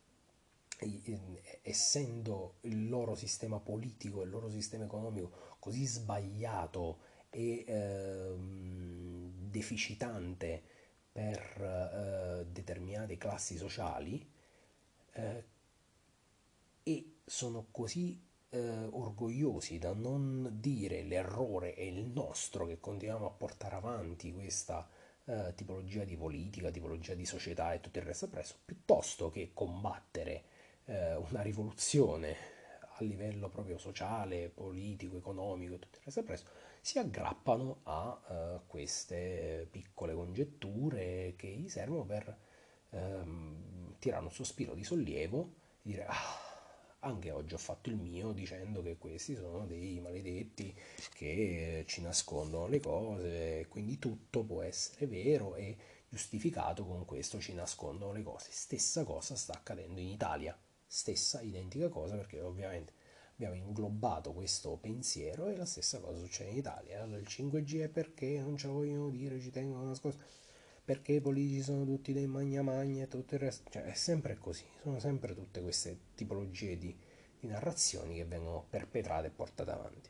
essendo il loro sistema politico e il loro sistema economico così sbagliato e ehm, deficitante per eh, determinate classi sociali, eh, e sono così eh, orgogliosi da non dire l'errore è il nostro che continuiamo a portare avanti questa eh, tipologia di politica, tipologia di società e tutto il resto appresso, piuttosto che combattere eh, una rivoluzione a livello proprio sociale, politico, economico e tutto il resto appresso, si aggrappano a eh, queste eh, piccole congetture che gli servono per ehm, tirare un sospiro di sollievo e dire ah, anche oggi ho fatto il mio dicendo che questi sono dei maledetti che ci nascondono le cose, quindi tutto può essere vero e giustificato con questo ci nascondono le cose. Stessa cosa sta accadendo in Italia, stessa identica cosa, perché ovviamente abbiamo inglobato questo pensiero e la stessa cosa succede in Italia. Allora il cinque G è perché non ce lo vogliono dire, ci tengono a nascondere, perché i politici sono tutti dei magna magna e tutto il resto, cioè è sempre così, sono sempre tutte queste tipologie di, di narrazioni che vengono perpetrate e portate avanti.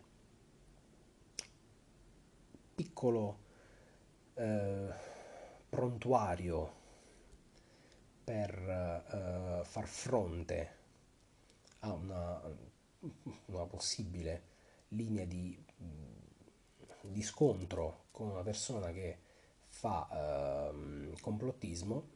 Piccolo eh, prontuario per eh, far fronte a una, una possibile linea di, di scontro con una persona che fa ehm, complottismo.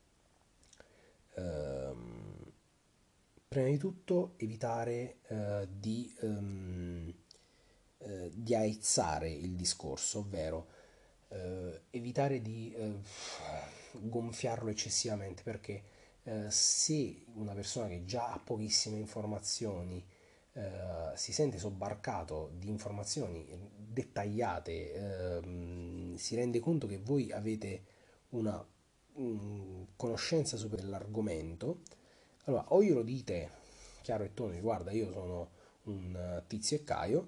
ehm, Prima di tutto evitare eh, di, ehm, eh, di aizzare il discorso, ovvero eh, evitare di eh, gonfiarlo eccessivamente, perché eh, se una persona che già ha pochissime informazioni eh, si sente sobbarcato di informazioni dettagliate, ehm, si rende conto che voi avete una mh, conoscenza superiore dell'argomento, allora o glielo dite chiaro e tondo, guarda, io sono un eh, Tizio e Caio,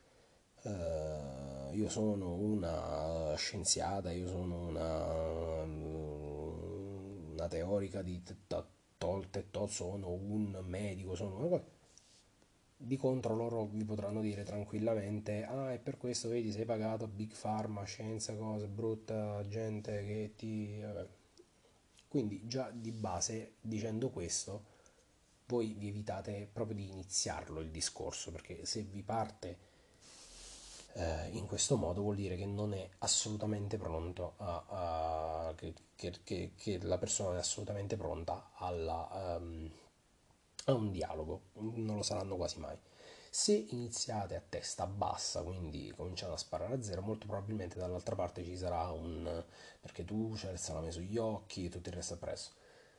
eh, io sono una scienziata, io sono una, una teorica di t- t- tot e tot, sono un medico, sono una cosa. Di contro loro vi potranno dire tranquillamente, ah, e per questo vedi sei pagato Big Pharma, scienza, cose, brutta gente che ti... vabbè. Quindi già di base dicendo questo voi vi evitate proprio di iniziarlo il discorso, perché se vi parte eh, in questo modo vuol dire che non è assolutamente pronto a, a- che, che- che- che la persona non è assolutamente pronta alla, ehm, a un dialogo, non lo saranno quasi mai. Se iniziate a testa bassa, quindi cominciate a sparare a zero, molto probabilmente dall'altra parte ci sarà un perché tu c'hai il salame sugli occhi e tutto il resto appresso.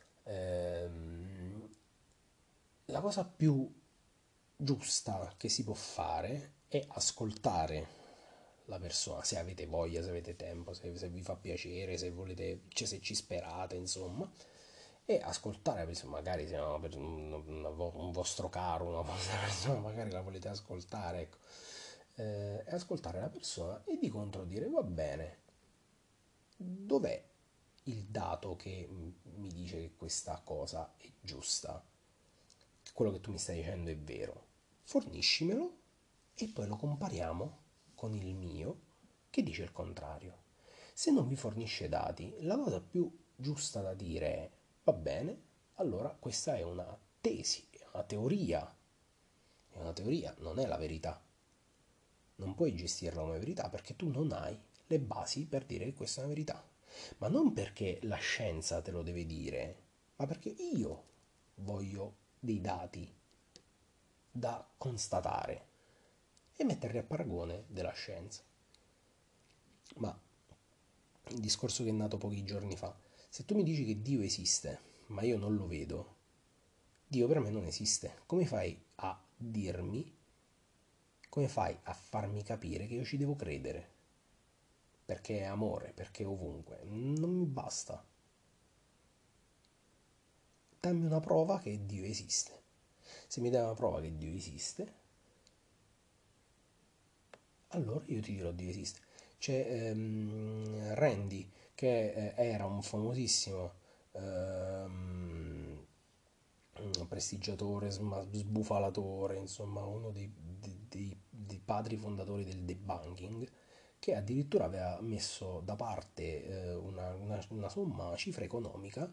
Ehm, la cosa più giusta che si può fare è ascoltare la persona, se avete voglia, se avete tempo, se, se vi fa piacere, se volete, cioè se ci sperate, insomma, e ascoltare, magari se no, per un, una un vostro caro, una vostra persona, magari la volete ascoltare, ecco. Eh, e ascoltare la persona e di contro dire va bene, dov'è il dato che mi dice che questa cosa è giusta, che quello che tu mi stai dicendo è vero, forniscimelo e poi lo compariamo con il mio che dice il contrario. Se non vi fornisce dati, la cosa più giusta da dire è va bene, allora questa è una tesi, è una teoria, è una teoria, non è la verità. Non puoi gestirla come verità perché tu non hai le basi per dire che questa è una verità. Ma non perché la scienza te lo deve dire, ma perché io voglio dei dati da constatare e metterli a paragone della scienza. Ma il discorso che è nato pochi giorni fa, se tu mi dici che Dio esiste, ma io non lo vedo, Dio per me non esiste. Come fai a dirmi, come fai a farmi capire che io ci devo credere? Perché è amore, perché è ovunque. Non mi basta. Dammi una prova che Dio esiste. Se mi dai una prova che Dio esiste, allora io ti dirò Dio esiste. C'è ehm, Randy, che eh, era un famosissimo ehm, prestigiatore, sbufalatore, insomma uno dei, dei- dei- dei padri fondatori del debunking, che addirittura aveva messo da parte eh, una, una- una somma, una cifra economica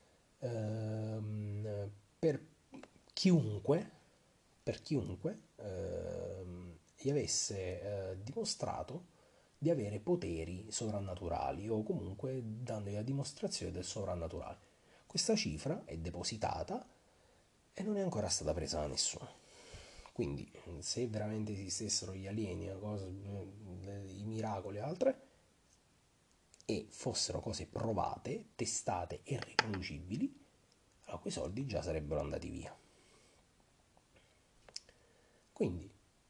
ehm, per chiunque, per chiunque ehm, gli avesse eh, dimostrato di avere poteri sovrannaturali o comunque dandogli la dimostrazione del sovrannaturale. Questa cifra è depositata e non è ancora stata presa da nessuno. Quindi, se veramente esistessero gli alieni, cose, i miracoli e altre, e fossero cose provate, testate e riproducibili, allora quei soldi già sarebbero andati via. Quindi,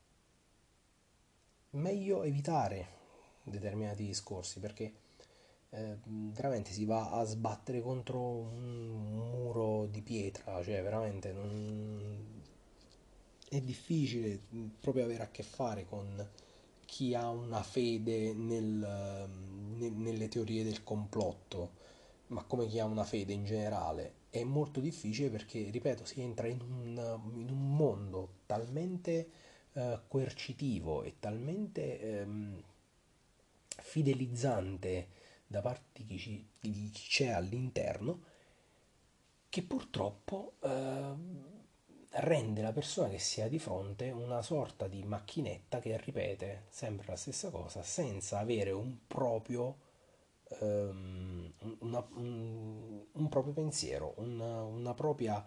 meglio evitare determinati discorsi perché eh, veramente si va a sbattere contro un muro di pietra, cioè veramente non... è difficile proprio avere a che fare con chi ha una fede nel, ne- nelle teorie del complotto, ma come chi ha una fede in generale. È molto difficile perché, ripeto, si entra in un, in un mondo talmente eh, coercitivo e talmente ehm, fidelizzante da parte di chi, ci- di chi c'è all'interno che purtroppo eh, rende la persona che si ha di fronte una sorta di macchinetta che ripete sempre la stessa cosa senza avere un proprio, ehm, una- un, un proprio pensiero, una, una propria,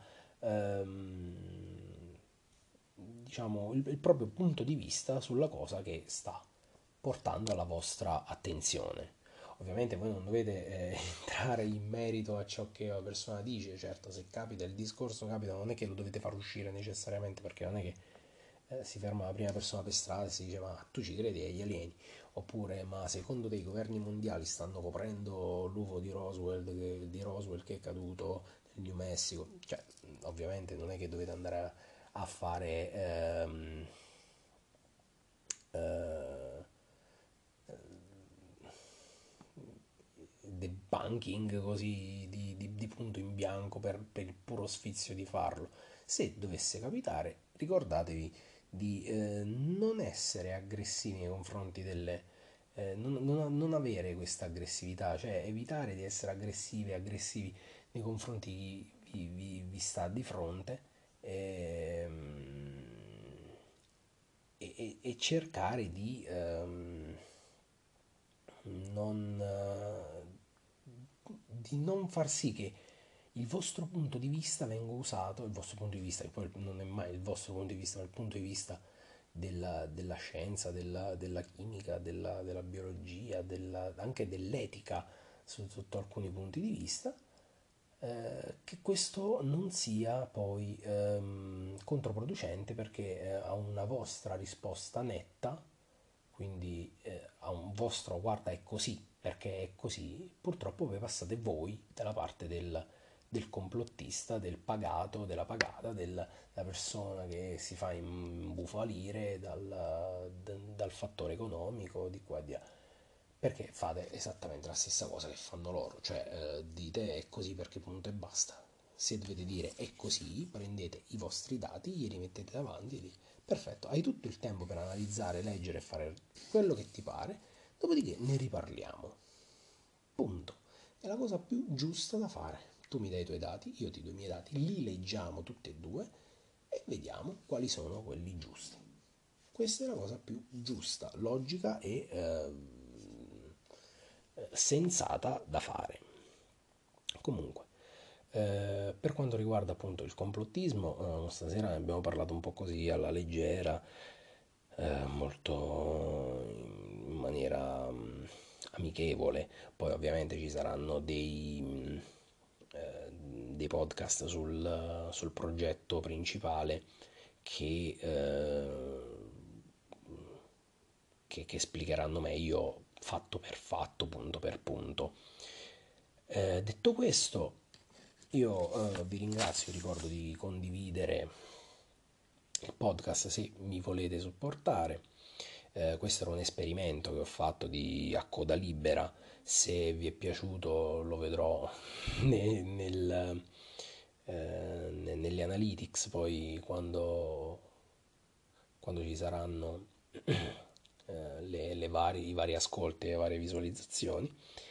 ehm, diciamo, il, il proprio punto di vista sulla cosa che sta portando alla vostra attenzione. Ovviamente voi non dovete eh, entrare in merito a ciò che la persona dice, certo se capita il discorso capita, non è che lo dovete far uscire necessariamente perché non è che eh, si ferma la prima persona per strada e si dice ma tu ci credi agli alieni? Oppure ma secondo te i governi mondiali stanno coprendo l'U F O di Roswell che, di Roswell che è caduto nel New Mexico? Cioè, ovviamente non è che dovete andare a, a fare ehm, eh, debunking così di, di- di punto in bianco per, per il puro sfizio di farlo. Se dovesse capitare, ricordatevi di eh, non essere aggressivi nei confronti delle... eh, non, non- non avere questa aggressività, cioè evitare di essere aggressivi e aggressivi nei confronti di chi vi, vi- vi sta di fronte ehm, e, e- e cercare di ehm, non, eh, di non far sì che il vostro punto di vista venga usato, il vostro punto di vista, che poi non è mai il vostro punto di vista, ma il punto di vista della, della scienza, della, della chimica, della, della biologia, della- anche dell'etica su- sotto alcuni punti di vista, eh, che questo non sia poi ehm, controproducente perché eh, a una vostra risposta netta, quindi eh, a un vostro guarda è così, perché è così, purtroppo voi passate voi dalla parte del, del complottista, del pagato, della pagata, del- della persona che si fa imbufalire dal, d- dal fattore economico di qua e di là. Perché fate esattamente la stessa cosa che fanno loro, cioè eh, dite è così perché punto e basta. Se dovete dire è così, prendete i vostri dati, glieli mettete davanti e dite perfetto, hai tutto il tempo per analizzare, leggere e fare quello che ti pare, dopodiché ne riparliamo. Punto. È la cosa più giusta da fare. Tu mi dai i tuoi dati, io ti do i miei dati, li leggiamo tutti e due e vediamo quali sono quelli giusti. Questa è la cosa più giusta, logica e eh, sensata da fare. Comunque, eh, per quanto riguarda appunto il complottismo, eh, stasera ne abbiamo parlato un po' così alla leggera, eh, molto in maniera mm, amichevole. Poi ovviamente ci saranno dei, mm, eh, dei podcast sul, sul progetto principale che, eh, che, che spiegheranno meglio fatto per fatto, punto per punto. Eh, detto questo, io eh, vi ringrazio, ricordo di condividere il podcast se mi volete supportare. Eh, questo era un esperimento che ho fatto di a coda libera. Se vi è piaciuto lo vedrò nel, nel, eh, nelle analytics poi quando, quando ci saranno eh, le, le vari, i vari ascolti e le varie visualizzazioni.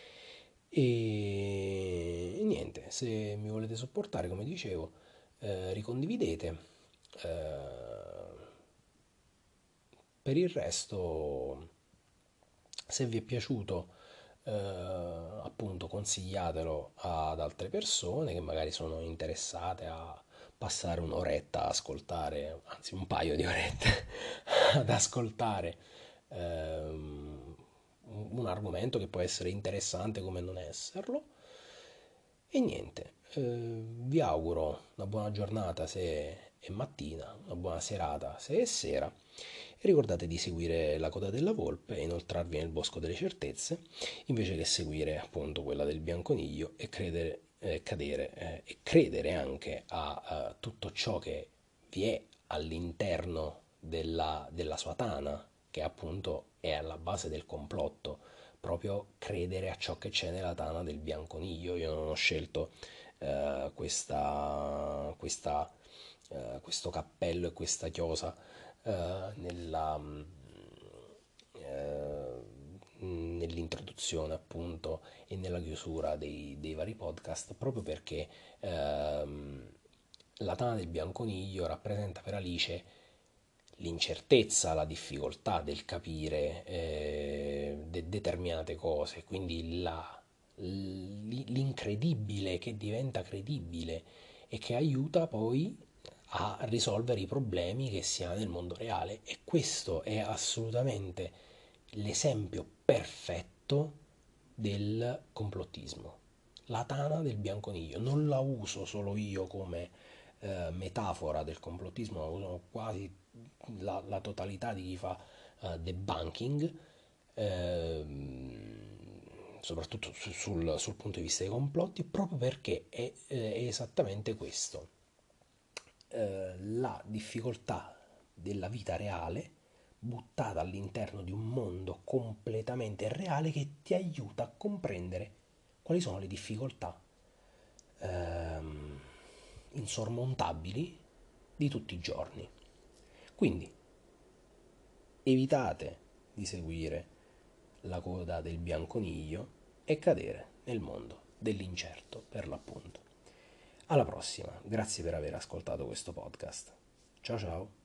E, e niente, se mi volete supportare, come dicevo, eh, ricondividete. Eh, per il resto, se vi è piaciuto, eh, appunto, consigliatelo ad altre persone che magari sono interessate a passare un'oretta a ascoltare, anzi un paio di orette ad ascoltare ehm, un argomento che può essere interessante come non esserlo. E niente, eh, vi auguro una buona giornata se è mattina, una buona serata se è sera. E ricordate di seguire la coda della volpe e inoltrarvi nel bosco delle certezze, invece che seguire appunto quella del bianconiglio e credere, eh, cadere eh, e credere anche a, a tutto ciò che vi è all'interno della, della sua tana, che appunto è alla base del complotto, proprio credere a ciò che c'è nella tana del bianconiglio. Io non ho scelto eh, questa, questa, eh, questo cappello e questa chiosa eh, nella, eh, nell'introduzione appunto e nella chiusura dei, dei vari podcast, proprio perché ehm, la tana del bianconiglio rappresenta per Alice l'incertezza, la difficoltà del capire eh, de- determinate cose, quindi la- l'incredibile che diventa credibile e che aiuta poi a risolvere i problemi che si ha nel mondo reale. E questo è assolutamente l'esempio perfetto del complottismo. La tana del bianconiglio non la uso solo io come eh, metafora del complottismo, la usano quasi la, la totalità di chi fa uh, debunking, ehm, soprattutto su- sul, sul punto di vista dei complotti, proprio perché è, eh, è esattamente questo, eh, la difficoltà della vita reale buttata all'interno di un mondo completamente reale che ti aiuta a comprendere quali sono le difficoltà ehm, insormontabili di tutti i giorni. Quindi evitate di seguire la coda del bianconiglio e cadere nel mondo dell'incerto, per l'appunto. Alla prossima, grazie per aver ascoltato questo podcast. Ciao ciao.